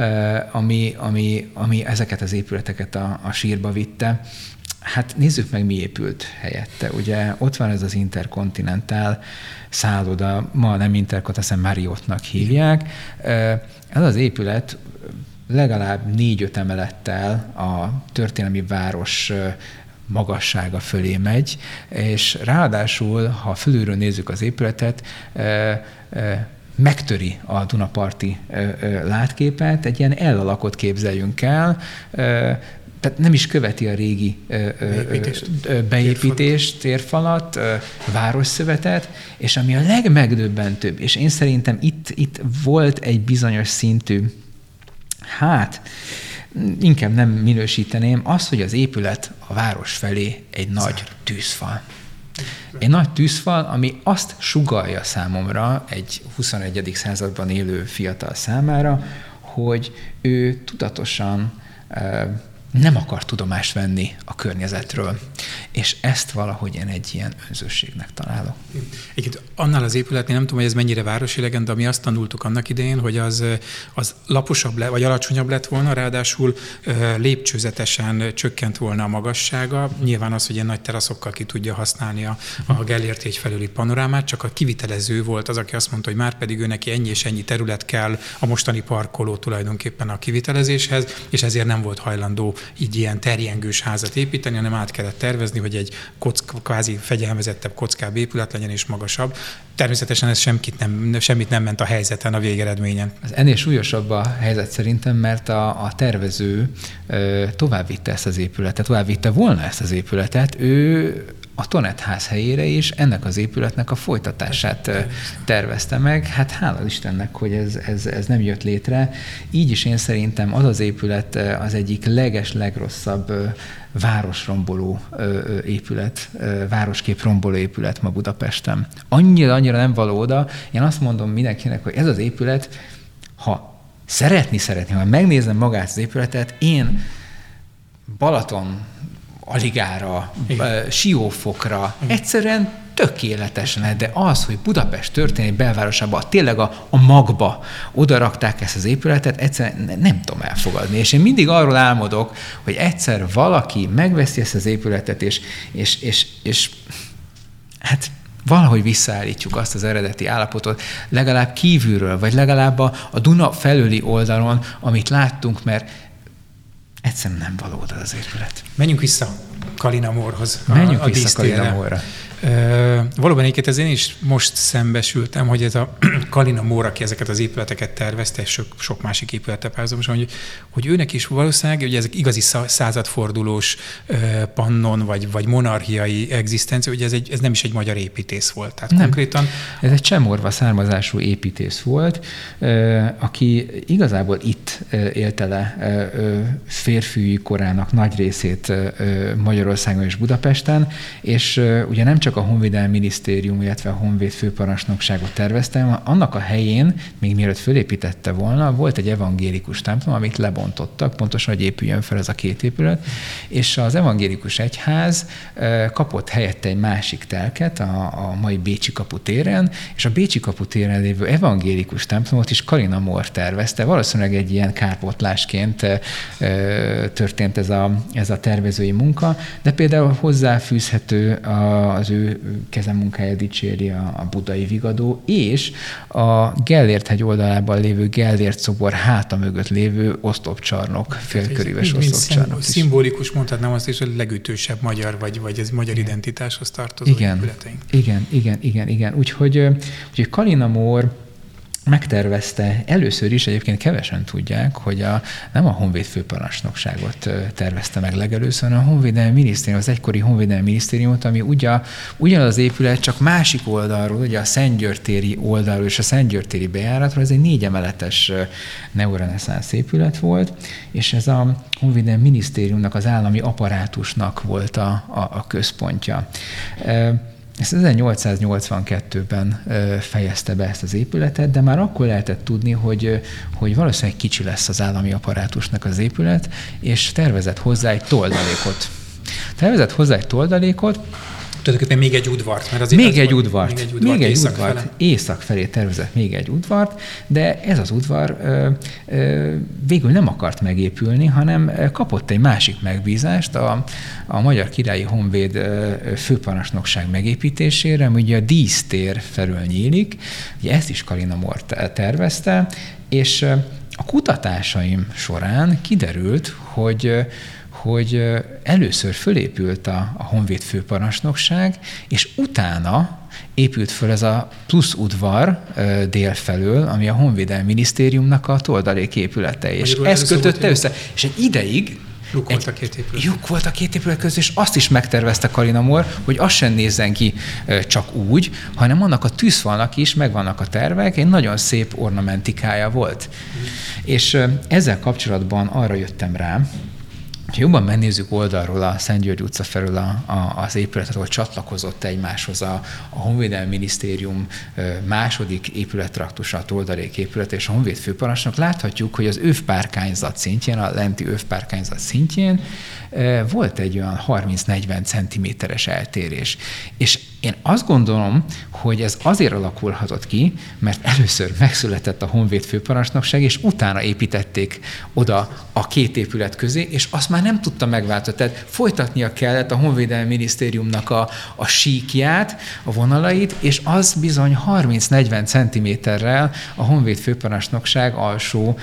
ami, ami, ami ezeket az épületeket a, a sírba vitte. Hát nézzük meg, mi épült helyette. Ugye ott van ez az Intercontinental szálloda, ma nem Intercontinental, Marriottnak hívják. Ez az épület legalább négy-öt emelettel a történelmi város magassága fölé megy, és ráadásul, ha fölülről nézzük az épületet, megtöri a dunaparti látképet, egy ilyen L-alakot képzeljünk el, tehát nem is követi a régi beépítést, beépítést térfalat, városszövetet, és ami a legmegdöbbentőbb, és én szerintem itt, itt volt egy bizonyos szintű, hát inkább nem minősíteném, az, hogy az épület a város felé egy nagy tűzfal. Egy nagy tűzfal, ami azt sugallja számomra egy huszonegyedik században élő fiatal számára, hogy ő tudatosan nem akar tudomást venni a környezetről. És ezt valahogy én egy ilyen önzőségnek találok. Egyébként annál az épületnél nem tudom, hogy ez mennyire városi legenda, mi azt tanultuk annak idején, hogy az, az laposabb le, vagy alacsonyabb lett volna, ráadásul lépcsőzetesen csökkent volna a magassága. Nyilván az, hogy ilyen nagy teraszokkal ki tudja használni a, a Gellért tér felüli panorámát, csak a kivitelező volt az, aki azt mondta, hogy már pedig ő neki ennyi és ennyi terület kell a mostani parkoló tulajdonképpen a kivitelezéshez, és ezért nem volt hajlandó így ilyen terjengős házat építeni, hanem át kellett tervezni, hogy egy kock, kvázi fegyelmezettebb, kockább épület legyen és magasabb. Természetesen ez semmit nem, semmit nem ment a helyzeten, a végeredményen. Az ennél súlyosabb a helyzet szerintem, mert a, a tervező ö, továbbvitte ezt az épületet, továbbvitte volna ezt az épületet, ő a Tonet ház helyére is ennek az épületnek a folytatását tervezte meg. Hát hála Istennek, hogy ez, ez, ez nem jött létre. Így is én szerintem az az épület az egyik leges, legrosszabb városromboló épület, városkép romboló épület ma Budapesten. Annyira, annyira nem való oda. Én azt mondom mindenkinek, hogy ez az épület, ha szeretni szeretni, ha megnézem magát az épületet, én Balaton Aligára, igen. Siófokra, igen. Egyszerűen tökéletesen, de az, hogy Budapest történelmi belvárosában tényleg a, a magba oda rakták ezt az épületet, egyszerűen nem, nem tudom elfogadni. És én mindig arról álmodok, hogy egyszer valaki megveszi ezt az épületet, és, és, és, és hát valahogy visszaállítjuk azt az eredeti állapotot, legalább kívülről, vagy legalább a, a Duna felőli oldalon, amit láttunk, mert egyszerűen nem való oda az épület. Menjünk vissza Kalina Mórhoz. Menjünk a, a vissza Kalina Mórra. Uh, valóban egyébként ez én is most szembesültem, hogy ez a Kalina Mór, aki ezeket az épületeket tervezte, és sok, sok másik épülete párhuzamosan, hogy, hogy őnek is valószínűleg, hogy ezek igazi századfordulós uh, pannon, vagy, vagy monarchiai egzisztencia, hogy ez, egy, ez nem is egy magyar építész volt. Tehát nem. Konkrétan... Ez egy csemorva származású építész volt, uh, aki igazából itt uh, élte le uh, férfiügyi korának nagy részét uh, Magyarországon és Budapesten, és uh, ugye nem csak a Honvédelmi Minisztérium, illetve a Honvéd főparancsnokságot terveztem. Annak a helyén, még mielőtt fölépítette volna, volt egy evangélikus templom, amit lebontottak, pontosan, hogy épüljön fel ez a két épület, és az evangélikus egyház kapott helyette egy másik telket a, a mai Bécsi kapu téren, és a Bécsi kapu téren lévő evangélikus templomot is Kalina Mór tervezte. Valószínűleg egy ilyen kárpótlásként történt ez a, ez a tervezői munka, de például hozzáfűzhető az ő kezemunkája dicséri a, a budai vigadó, és a Gellért-hegy oldalában lévő Gellért szobor háta mögött lévő oszlopcsarnok, félköríves oszlopcsarnok is. Szimbolikus, mondhatnám azt is, hogy a legütősebb magyar, vagy, vagy ez magyar igen. identitáshoz tartozó igen, épületeink. Igen, igen, igen, igen. Úgyhogy, úgyhogy Kalina Mór megtervezte, először is egyébként kevesen tudják, hogy a, nem a Honvéd főparancsnokságot tervezte meg legelőször, hanem a Honvédelmi Minisztérium, az egykori Honvédelmi Minisztériumot, ami ugyan, ugyanaz az épület, csak másik oldalról, ugye a Szentgyörtéri oldalról és a Szentgyörtéri bejáratról, ez egy négy emeletes neoreneszánsz épület volt, és ez a Honvédelmi Minisztériumnak, az állami apparátusnak volt a, a, a központja. Ezt ezernyolcszáznyolcvankettőben fejezte be ezt az épületet, de már akkor lehetett tudni, hogy, hogy valószínűleg kicsi lesz az állami apparátusnak az épület, és tervezett hozzá egy toldalékot. Tervezett hozzá egy toldalékot, tulajdonképpen még egy udvart. Mert azért még, egy udvart, még egy udvart, még egy észak udvart, felé. észak felé tervezett még egy udvart, de ez az udvar ö, ö, végül nem akart megépülni, hanem kapott egy másik megbízást a, a Magyar Királyi Honvéd ö, főparancsnokság megépítésére, ami ugye a dísztér felől nyílik, ugye ezt is Kalina Mór tervezte, és a kutatásaim során kiderült, hogy hogy először fölépült a, a Honvéd főparancsnokság, és utána épült föl ez a plusz udvar uh, dél felől, ami a Honvédelmi Minisztériumnak a toldalék épülete, és ezt kötötte össze. És egy ideig Luk volt a két épület. Lyuk volt a két épület között, és azt is megtervezte Karina Moore, hogy az sem nézzen ki csak úgy, hanem annak a tűzfalnak is megvannak a tervek, egy nagyon szép ornamentikája volt. Mm. És ezzel kapcsolatban arra jöttem rá, ha jobban megnézzük oldalról a Szent György utca felől a, a, az épületet, ahol csatlakozott egymáshoz a, a Honvédelmi Minisztérium második épülettraktusa, a Toldalék épület és a Honvéd főparancsnok, láthatjuk, hogy az övpárkányzat szintjén, a lenti övpárkányzat szintjén volt egy olyan harminc-negyven centiméteres eltérés. És én azt gondolom, hogy ez azért alakulhatott ki, mert először megszületett a Honvéd főparancsnokság, és utána építették oda a két épület közé, és azt már nem tudta megváltoztatni. Tehát folytatnia kellett a Honvédelmi Minisztériumnak a, a síkját, a vonalait, és az bizony harminc-negyven centiméterrel a Honvéd főparancsnokság alsó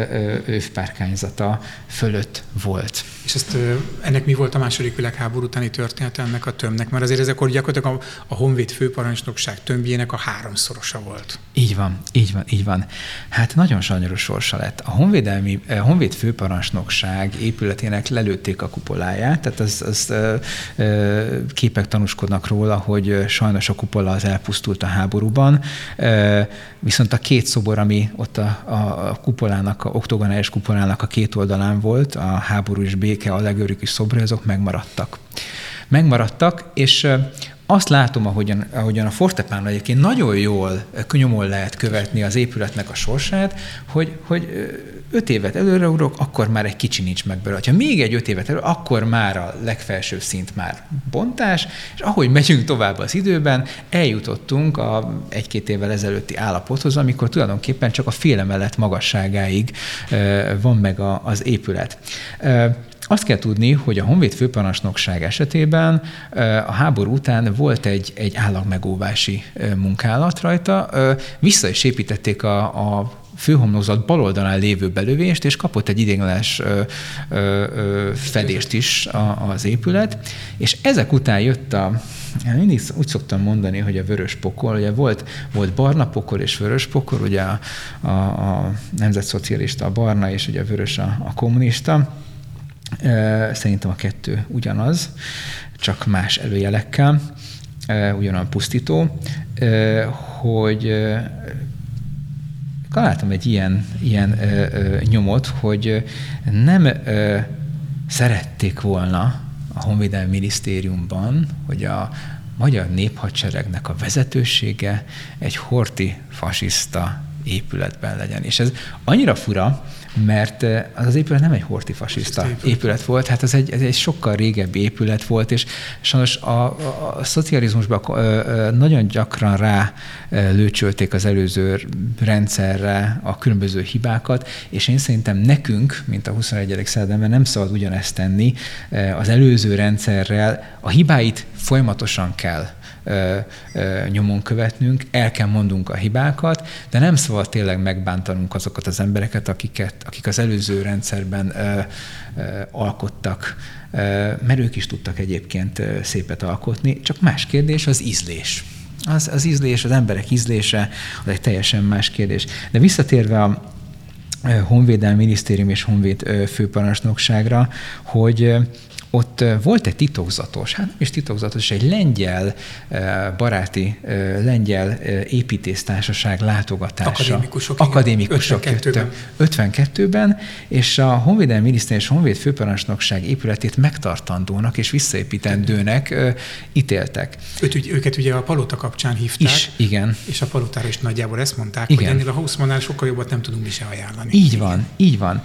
övpárkányzata fölött volt. És ezt, ennek mi volt a második világháború utáni története ennek a tömbnek? Mert azért ez akkor gyakorlatilag a, a Honvéd főparancsnokság tömbjének a háromszorosa volt. Így van, így van, így van. Hát nagyon sajnálatos sorsa lett. A Honvédelmi, a Honvéd főparancsnokság épületének lelőtték a kupoláját, tehát az, az ö, ö, képek tanúskodnak róla, hogy sajnos a kupola az elpusztult a háborúban, ö, viszont a két szobor, ami ott a, a kupolának, a oktogonális kupolának a két oldalán volt, a háború és béke allegorikus szobra, azok megmaradtak. Megmaradtak, és azt látom, ahogyan, ahogyan a Fortepán egyébként nagyon jól nyomon lehet követni az épületnek a sorsát, hogy, hogy öt évet előreugrok, akkor már egy kicsi nincs meg belőle. Ha még egy öt évet elő, akkor már a legfelsőbb szint már bontás, és ahogy megyünk tovább az időben, eljutottunk a egy-két évvel ezelőtti állapothoz, amikor tulajdonképpen csak a félemelet magasságáig van meg a, az épület. Azt kell tudni, hogy a Honvéd főparancsnokság esetében a háború után volt egy, egy állagmegóvási munkálat rajta, vissza is építették a, a főhomlokzat bal oldalán lévő belövést, és kapott egy ideiglenes fedést is a, az épület, és ezek után jött a, mindig úgy szoktam mondani, hogy a vörös pokol, ugye volt, volt barna pokol és vörös pokol, ugye a, a, a nemzetszocialista a barna, és ugye a vörös a, a kommunista. Szerintem a kettő ugyanaz, csak más előjelekkel, ugyanolyan pusztító, hogy találtam egy ilyen, ilyen nyomot, hogy nem szerették volna a Honvédelmi Minisztériumban, hogy a magyar néphadseregnek a vezetősége egy horthy fasiszta épületben legyen. És ez annyira fura, mert az az épület nem egy horthy fasiszta épület. épület volt, hát ez egy, ez egy sokkal régebbi épület volt, és sajnos a, a, a szocializmusban nagyon gyakran rá lőcsölték az előző rendszerre a különböző hibákat, és én szerintem nekünk, mint a huszonegyedik században nem szabad ugyanezt tenni, az előző rendszerrel a hibáit folyamatosan kell Ö, ö, nyomon követnünk, el kell mondunk a hibákat, de nem szabad tényleg megbántanunk azokat az embereket, akiket, akik az előző rendszerben ö, ö, alkottak, ö, mert ők is tudtak egyébként ö, szépet alkotni, csak más kérdés az ízlés. Az, az ízlés, az emberek ízlése, az egy teljesen más kérdés. De visszatérve a Honvédelmi Minisztérium és Honvéd főparancsnokságra, hogy ott volt egy titokzatos, hát és titokzatos, egy lengyel baráti, lengyel építésztársaság látogatása. Akadémikusok. Akadémikusok ötvenkettőben. ötvenkettőben, és a Honvédelmi Minisztérium és Honvéd főparancsnokság épületét megtartandónak és visszaépítendőnek ítéltek. Őt, őket ugye a palota kapcsán hívták. Is, igen. És a palotára is nagyjából ezt mondták, igen. hogy ennél a Haussmannnál sokkal jobbat nem tudunk mi se ajánlani. Így igen. van, így van.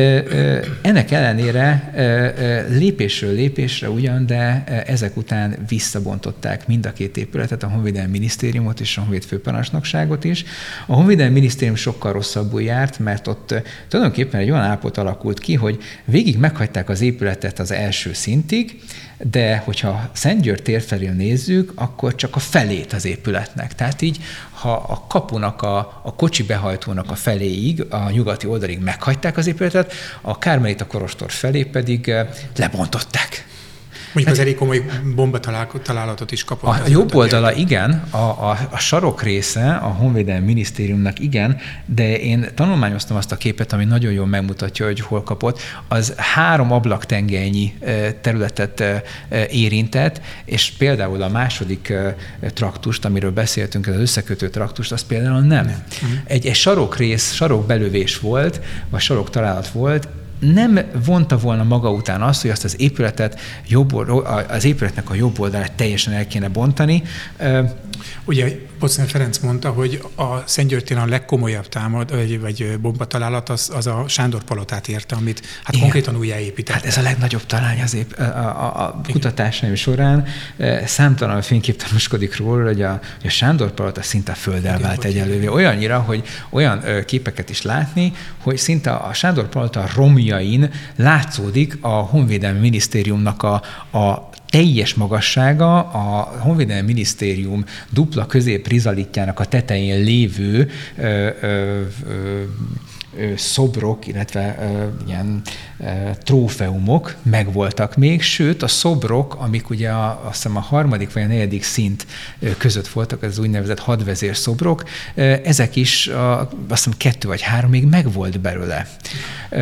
Ennek ellenére lépés lépésre ugyan, de ezek után visszabontották mind a két épületet, a Honvédelmi Minisztériumot és a Honvéd főparancsnokságot is. A Honvédelmi Minisztérium sokkal rosszabbul járt, mert ott tulajdonképpen egy olyan állapot alakult ki, hogy végig meghagyták az épületet az első szintig, de hogyha Szent György tér felé nézzük, akkor csak a felét az épületnek. Tehát így, ha a kapunak, a, a kocsi behajtónak a feléig, a nyugati oldalig meghagyták az épületet, a Kármelita kolostor felé pedig lebontották. Mondjuk hát, az elég komoly bombatalálatot is kapott. A, a jobb oldala igen, a, a, a sarok része a Honvédelmi Minisztériumnak igen, de én tanulmányoztam azt a képet, ami nagyon jól megmutatja, hogy hol kapott. Az három ablaktengernyi területet érintett, és például a második traktust, amiről beszéltünk, az összekötő traktust, az például nem. nem. Egy, egy sarokrész, sarokbelövés volt, vagy saroktalálat volt, nem vonta volna maga után azt, hogy azt az épületet, jobb, az épületnek a jobb oldalát teljesen el kéne bontani. Ugye Pocner Ferenc mondta, hogy a Szentgyörgytéren a legkomolyabb támad, vagy, vagy bombatalálat az, az a Sándor palotát érte, amit hát igen, konkrétan újjáépített. Hát ez a legnagyobb talán az ép, a, a, a kutatásaim során számtalan fénykép tanúskodik róla, hogy a, hogy a Sándor palota szinte földdel vált egyelővé. Olyannyira, hogy olyan képeket is látni, hogy szinte a Sándor palota romjain látszódik a Honvédelmi Minisztériumnak a, a teljes magassága, a Honvédelmi Minisztérium dupla közép rizalitjának a tetején lévő ö, ö, ö, szobrok, illetve ö, ilyen ö, trófeumok megvoltak még, sőt a szobrok, amik ugye a, azt hiszem a harmadik vagy a negyedik szint között voltak, az úgynevezett hadvezér szobrok, ö, ezek is a, azt hiszem kettő vagy három még megvolt belőle. Ö,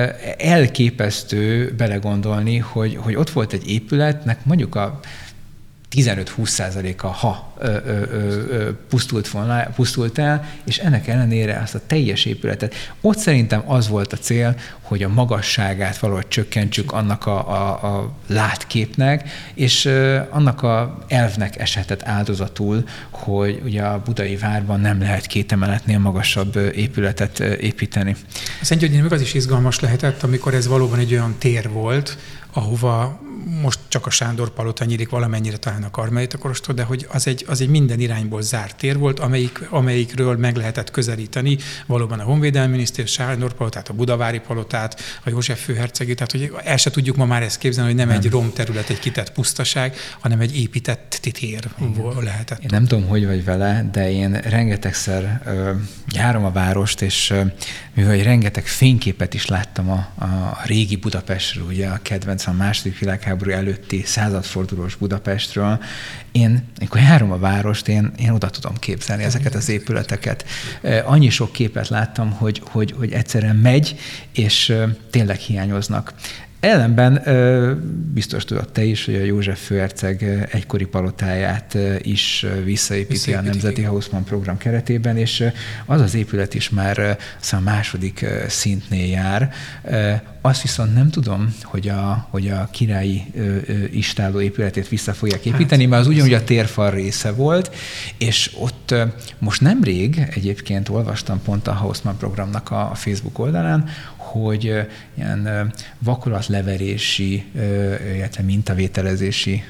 elképesztő belegondolni, hogy, hogy ott volt egy épületnek mondjuk a tizenöt-húsz százaléka ha ö, ö, ö, pusztult, volna, pusztult el, és ennek ellenére azt a teljes épületet. Ott szerintem az volt a cél, hogy a magasságát valahogy csökkentsük annak a, a, a látképnek, és ö, annak a elvnek eshetett áldozatul, hogy ugye a budai várban nem lehet két emeletnél magasabb épületet építeni. A Szentgyörgynél meg az is izgalmas lehetett, amikor ez valóban egy olyan tér volt, ahova most csak a Sándor palota nyílik, valamennyire talán a Karmelita kolostor, de hogy az egy, az egy minden irányból zárt tér volt, amelyik, amelyikről meg lehetett közelíteni valóban a Honvédelmi Minisztérium, Sándor palotát, a Budavári palotát, a József főhercegi, tehát hogy el se tudjuk ma már ezt képzelni, hogy nem, nem. egy romterület, egy kitett pusztaság, hanem egy épített tér lehetett. Én nem tudom, hogy vagy vele, de én rengetegszer ö, járom a várost, és ö, mivel rengeteg fényképet is láttam a, a régi Budapestről, ugye a kedvenc a második világháború előtti századfordulós Budapestről, én, amikor járom a várost, én, én oda tudom képzelni ezeket az épületeket. Annyi sok képet láttam, hogy, hogy, hogy egyszerűen megy, és tényleg hiányoznak. Ellenben biztos tudod te is, hogy a József főherceg egykori palotáját is visszaépíti a Nemzeti Haussmann program keretében, és az az épület is már a második szintnél jár. Azt viszont nem tudom, hogy a, hogy a királyi istálló épületét vissza fogják építeni, hát, mert az ugyanúgy a térfal része volt, és ott most nemrég egyébként olvastam pont a Haussmann programnak a Facebook oldalán, hogy ilyen vakolatleverési, illetve mintavételezési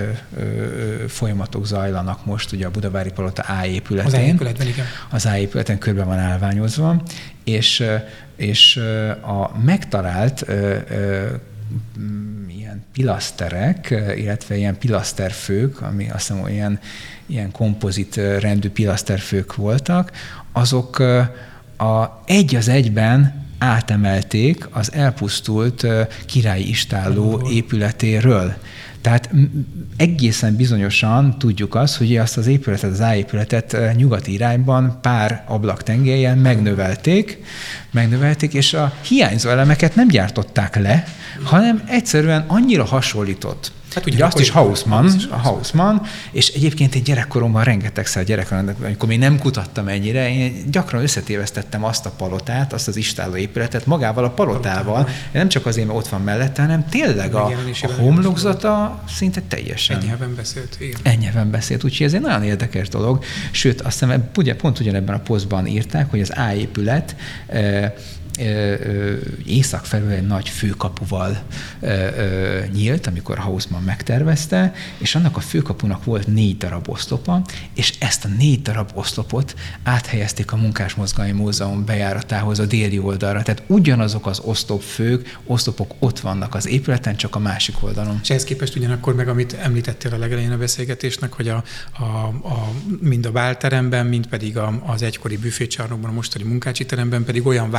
folyamatok zajlanak most ugye a Budavári Palota A épületén. Az A épületben, igen. Az A épületen körbe van állványozva, és, és a megtalált ilyen pilaszterek, illetve ilyen pilaszterfők, ami azt hiszem ilyen, ilyen kompozit rendű pilaszterfők voltak, azok a egy az egyben átemelték az elpusztult királyi istálló épületéről. Tehát egészen bizonyosan tudjuk azt, hogy azt az épületet, az A épületet nyugati irányban pár ablaktengelyel megnövelték, megnövelték, és a hiányzó elemeket nem gyártották le, hanem egyszerűen annyira hasonlított. Hát ugye azt is Haussmann, a Haussmann, és egyébként én gyerekkoromban rengetegszer gyerekkoromban, amikor még nem kutattam ennyire, én gyakran összetévesztettem azt a palotát, azt az istálló épületet magával a palotával, nem csak azért, mert ott van mellette, hanem tényleg a, a homlokzata szinte teljesen. Ennyiben beszélt, igen. Ennyiben beszélt, úgyhogy ez egy nagyon érdekes dolog. Sőt, azt hiszem, ugye, pont ugyanebben a posztban írták, hogy az A épület e, észak felül egy nagy főkapuval ö, ö, nyílt, amikor Haussmann megtervezte, és annak a főkapunak volt négy darab oszlopa, és ezt a négy darab oszlopot áthelyezték a Munkásmozgalmi Múzeum bejáratához a déli oldalra. Tehát ugyanazok az oszlopfők, oszlopok ott vannak az épületen, csak a másik oldalon. És ehhez képest ugyanakkor meg, amit említettél a legelején a beszélgetésnek, hogy a, a, a, mind a bálteremben, mind pedig a, az egykori büfécsarnokban, a mostani munkácsi teremben pedig olyan változtatás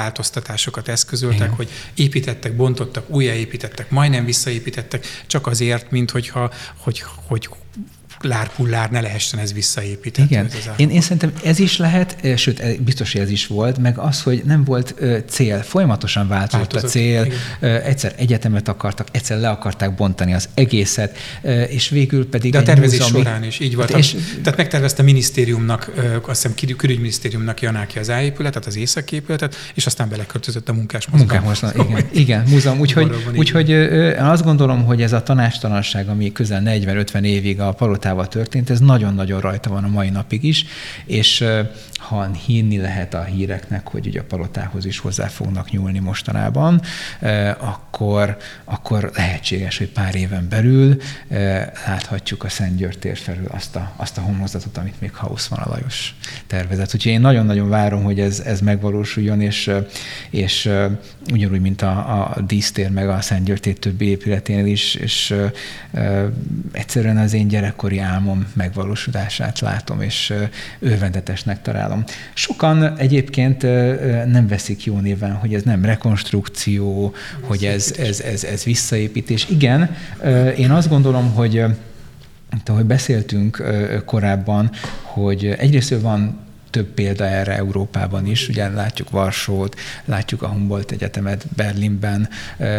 változtatásokat eszközöltek, igen. hogy építettek, bontottak, újjáépítettek, majdnem visszaépítettek, csak azért, mint hogyha, hogy, hogy lárpullár ne lehessen ez visszaépíteni. Igen, én, én szerintem ez is lehet, sőt, biztos, hogy ez is volt, meg az, hogy nem volt cél, folyamatosan változott, változott a cél, igen. egyszer egyetemet akartak, egyszer le akarták bontani az egészet, és végül pedig... De a tervezés múzeumi... során is így volt. És... Tehát megtervezte a minisztériumnak, azt hiszem külügyminisztériumnak Janáki az A-épületet, az északi épületet, és aztán beleköltözött a munkásmozgalom. Munkásmozgalom, igen, igen, múzeum. Úgyhogy, úgyhogy azt gondolom, hogy ez a tanácstalanság, ami közel negyven-ötven évig a palotával történt, ez nagyon-nagyon rajta van a mai napig is, és ha hinni lehet a híreknek, hogy ugye a palotához is hozzá fognak nyúlni mostanában, akkor, akkor lehetséges, hogy pár éven belül láthatjuk a Szent-György tér felül azt a, azt a homozatot, amit még Hausmann Lajos tervezett. Úgyhogy én nagyon-nagyon várom, hogy ez, ez megvalósuljon, és, és ugyanúgy, mint a, a dísztér, meg a Szent-György tér többi épületénél is, és e, egyszerűen az én gyerekkori álmom megvalósulását látom, és örvendetesnek találom. Sokan egyébként nem veszik jó néven, hogy ez nem rekonstrukció, hogy ez, ez, ez, ez visszaépítés. Igen, én azt gondolom, hogy ahogy beszéltünk korábban, hogy egyrészt van több példa erre Európában is, ugye látjuk Varsót, látjuk a Humboldt Egyetemet Berlinben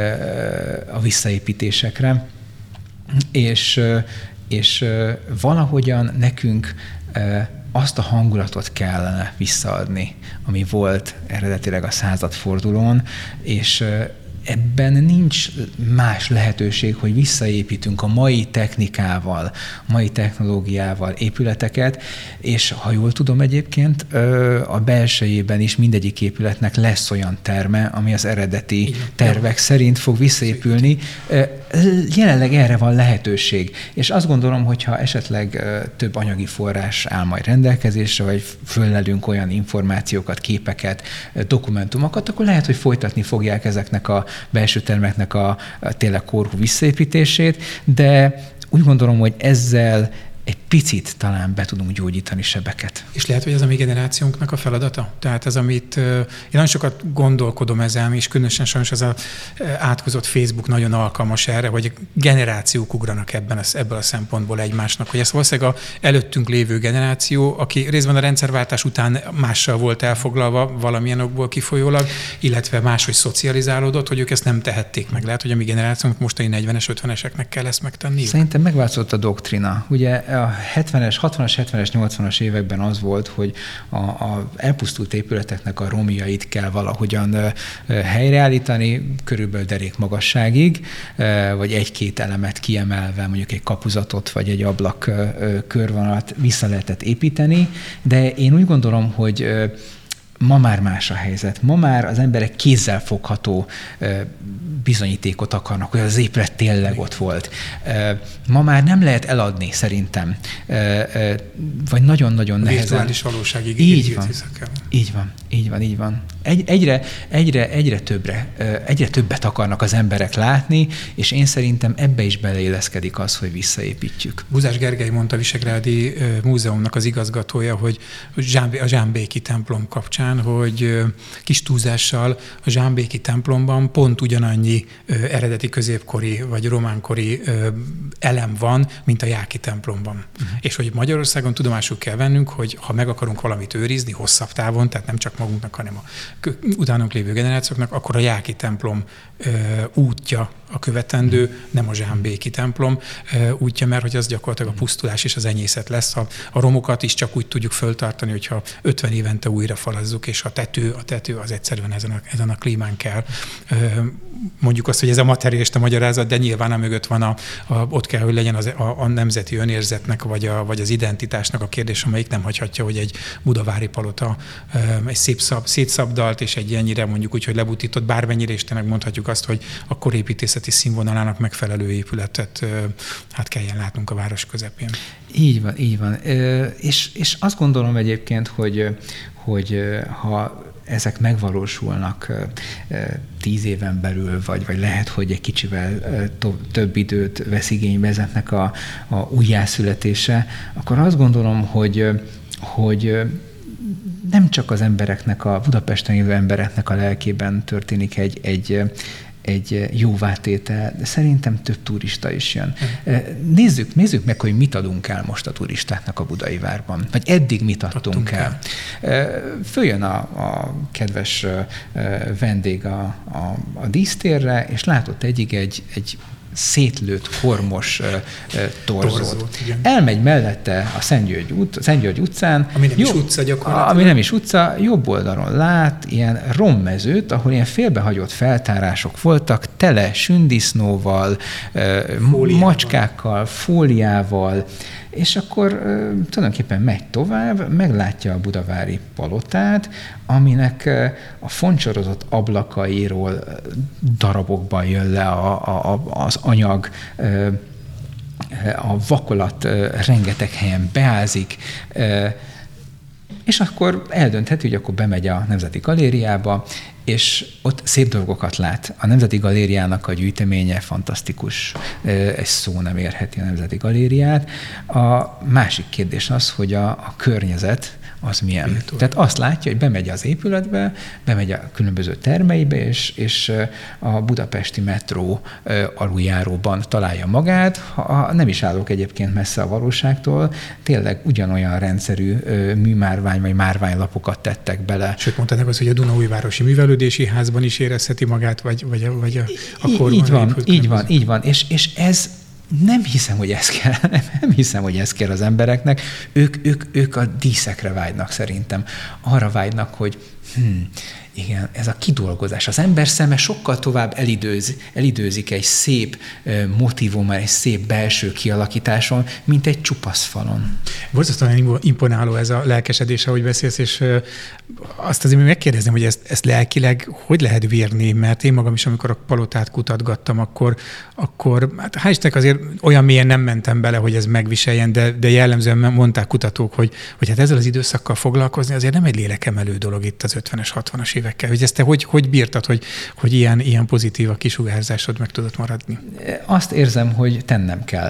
a visszaépítésekre, és, és valahogyan nekünk azt a hangulatot kellene visszaadni, ami volt eredetileg a századfordulón, és ebben nincs más lehetőség, hogy visszaépítünk a mai technikával, mai technológiával épületeket, és ha jól tudom egyébként, a belsejében is mindegyik épületnek lesz olyan terme, ami az eredeti tervek szerint fog visszaépülni. Jelenleg erre van lehetőség, és azt gondolom, hogyha esetleg több anyagi forrás áll majd rendelkezésre, vagy föllelünk olyan információkat, képeket, dokumentumokat, akkor lehet, hogy folytatni fogják ezeknek a belső termeknek a, a tényleg korhú visszaépítését, de úgy gondolom, hogy ezzel egy picit talán be tudunk gyógyítani sebeket. És lehet, hogy ez a mi generációnknak a feladata? Tehát ez, amit én nagyon sokat gondolkodom ezen, és különösen sajnos ez az átkozott Facebook nagyon alkalmas erre, hogy generációk ugranak ebben, ebből a szempontból egymásnak, hogy ez valószínűleg az előttünk lévő generáció, aki részben a rendszerváltás után mással volt elfoglalva valamilyen okból kifolyólag, illetve máshogy szocializálódott, hogy ők ezt nem tehették meg. Lehet, hogy a mi generációnk mostani negyvenes, ötveneseknek kell ezt megtenniük? Szerintem megváltozott a doktrina. Ugye a hetvenes, hatvanas, hetvenes, nyolcvanas években az volt, hogy a, a elpusztult épületeknek a romjait kell valahogyan helyreállítani, körülbelül derék magasságig, vagy egy-két elemet kiemelve, mondjuk egy kapuzatot, vagy egy ablak körvonalat vissza lehetett építeni, de én úgy gondolom, hogy ma már más a helyzet. Ma már az emberek kézzel fogható bizonyítékot akarnak, hogy az épület tényleg ott volt. Ma már nem lehet eladni, szerintem. Vagy nagyon-nagyon nehezen. Virtuális valóságig. Így van. Így van, így van, így van. Egy, egyre, egyre, egyre, többre, egyre többet akarnak az emberek látni, és én szerintem ebbe is beleilleszkedik az, hogy visszaépítjük. Buzás Gergely mondta, a Visegrádi Múzeumnak az igazgatója, hogy a Zsámbéki templom kapcsán, hogy kis túlzással a Zsámbéki templomban pont ugyanannyi eredeti középkori vagy románkori elem van, mint a Jáki templomban. Uh-huh. És hogy Magyarországon tudomásul kell vennünk, hogy ha meg akarunk valamit őrizni hosszabb távon, tehát nem csak magunknak, hanem a utánunk lévő generációknak, akkor a Jáki templom ö, útja a követendő, nem a Zsámbéki templom ö, útja, mert hogy az gyakorlatilag a pusztulás és az enyészet lesz. A, a romokat is csak úgy tudjuk föltartani, hogyha ötven évente újra falazzuk, és a tető, a tető az egyszerűen ezen a, ezen a klímán kell. Ö, mondjuk azt, hogy ez a materialista magyarázat, de nyilván a mögött van a, a, ott kell, hogy legyen az, a, a nemzeti önérzetnek, vagy, a, vagy az identitásnak a kérdés, amelyik nem hagyhatja, hogy egy budavári palota ö, egy szép szab, szétszabdalt, és egy ennyire mondjuk úgy, hogy lebutított, bármennyire is tényleg mondhatjuk azt, hogy a korépítészeti színvonalának megfelelő épületet hát kelljen látnunk a város közepén. Így van, így van. És, és azt gondolom egyébként, hogy, hogy ha ezek megvalósulnak tíz éven belül, vagy, vagy lehet, hogy egy kicsivel több időt vesz igénybe ezeknek a, a újjászületése, akkor azt gondolom, hogy, hogy nem csak az embereknek, a Budapesten élő embereknek a lelkében történik egy, egy egy jóvátétel, de szerintem több turista is jön. Nézzük, nézzük meg, hogy mit adunk el most a turistáknak a Budai Várban, vagy eddig mit adtunk, adtunk el. el. Följön a, a kedves vendég a, a, a dísztérre, és látott egyik egy, egy szétlőtt kormos uh, uh, torzót. torzót Elmegy mellette a Szentgyörgy, út, Szentgyörgy utcán. Ami nem jobb, is utca gyakorlatilag. Ami nem is utca, jobb oldalon lát ilyen rommezőt, ahol ilyen félbehagyott feltárások voltak, tele sündisznóval, uh, macskákkal, fóliával, és akkor uh, tulajdonképpen megy tovább, meglátja a budavári palotát, aminek uh, a foncsorozott ablakairól uh, darabokban jön le a, a, a, az anyag, uh, a vakolat uh, rengeteg helyen beázik, uh, és akkor eldöntheti, hogy akkor bemegy a Nemzeti Galériába, és ott szép dolgokat lát. A Nemzeti Galériának a gyűjteménye fantasztikus, egy szó nem érheti a Nemzeti Galériát. A másik kérdés az, hogy a, a környezet az milyen. Én Tehát azt látja, hogy bemegy az épületbe, bemegy a különböző termeibe, és, és a budapesti metró aluljáróban találja magát. Ha nem is állok egyébként messze a valóságtól, tényleg ugyanolyan rendszerű műmárvány vagy márványlapokat tettek bele. Sőt, mondták azt, hogy a Dunaújvárosi Művelődési Házban is érezheti magát, vagy, vagy, vagy a, a korban. Így van, így van, így van. És, és ez nem hiszem, hogy ez kell, nem, nem hiszem, hogy ez kell az embereknek. Ők, ők, ők a díszekre vágynak szerintem. Arra vágynak, hogy hm, igen, ez a kidolgozás. Az ember szeme sokkal tovább elidőz, elidőzik egy szép motívumon, egy szép belső kialakításon, mint egy csupasz falon. Borzasztóan imponáló ez a lelkesedés, ahogy beszélsz, és azt azért még megkérdezném, hogy ezt, ezt lelkileg hogy lehet bírni, mert én magam is, amikor a palotát kutatgattam, akkor, akkor hát hál' Istennek azért olyan mélyen nem mentem bele, hogy ez megviseljen, de, de jellemzően mondták kutatók, hogy, hogy hát ezzel az időszakkal foglalkozni azért nem egy lélekemelő dolog itt az ötvenes, hatvanas évekkel. Hogy ezt te hogy, hogy bírtad, hogy, hogy ilyen, ilyen pozitív a kisugárzásod meg tudott maradni? Azt érzem, hogy tennem kell.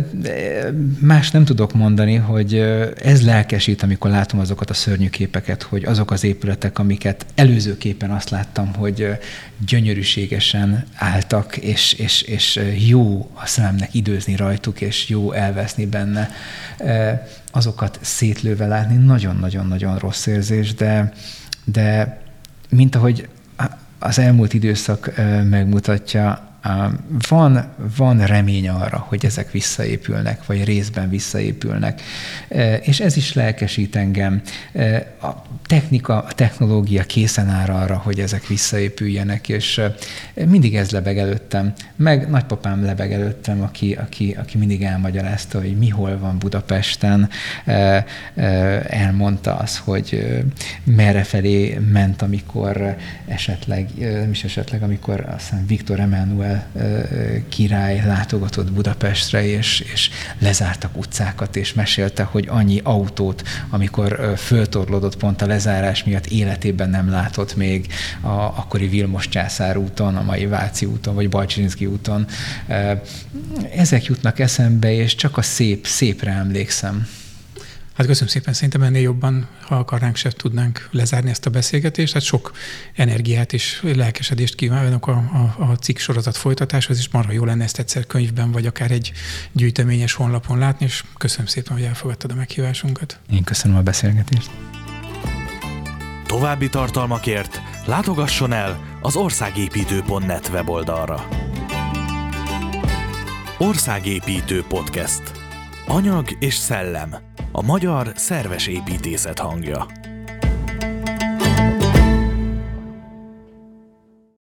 Más nem tudok mondani, hogy ez lelkesít, amikor látom azokat a szörnyű képeket, hogy azok az épületek, amiket előzőképpen azt láttam, hogy gyönyörűségesen álltak, és, és, és jó a szememnek időzni rajtuk, és jó elveszni benne, azokat szétlőve látni nagyon-nagyon-nagyon rossz érzés, de, de mint ahogy az elmúlt időszak megmutatja, van, van remény arra, hogy ezek visszaépülnek, vagy részben visszaépülnek. És ez is lelkesít engem. A technika, a technológia készen áll arra, hogy ezek visszaépüljenek, és mindig ez lebeg előttem. Meg nagypapám lebeg előttem, aki, aki, aki mindig elmagyarázta, hogy mi hol van Budapesten. Elmondta azt, hogy merre felé ment, amikor esetleg, nem is esetleg, amikor aztán Viktor Emánuel király látogatott Budapestre, és, és lezártak utcákat, és mesélte, hogy annyi autót, amikor föltorlódott pont a lezárás miatt, életében nem látott még a akkori Vilmos császár úton, a mai Váci úton, vagy Bajcsinszky úton. Ezek jutnak eszembe, és csak a szép, szépre emlékszem. Hát köszönöm szépen, szerintem ennél jobban, ha akarnánk, se tudnánk lezárni ezt a beszélgetést. Hát sok energiát és lelkesedést kívánok a, a, a cikk sorozat folytatáshoz, és marha jó lenne ezt egyszer könyvben, vagy akár egy gyűjteményes honlapon látni, és köszönöm szépen, hogy elfogadtad a meghívásunkat. Én köszönöm a beszélgetést. További tartalmakért látogasson el az országépítő pont net weboldalra. Országépítő Podcast. Anyag és szellem. A magyar szerves építészet hangja.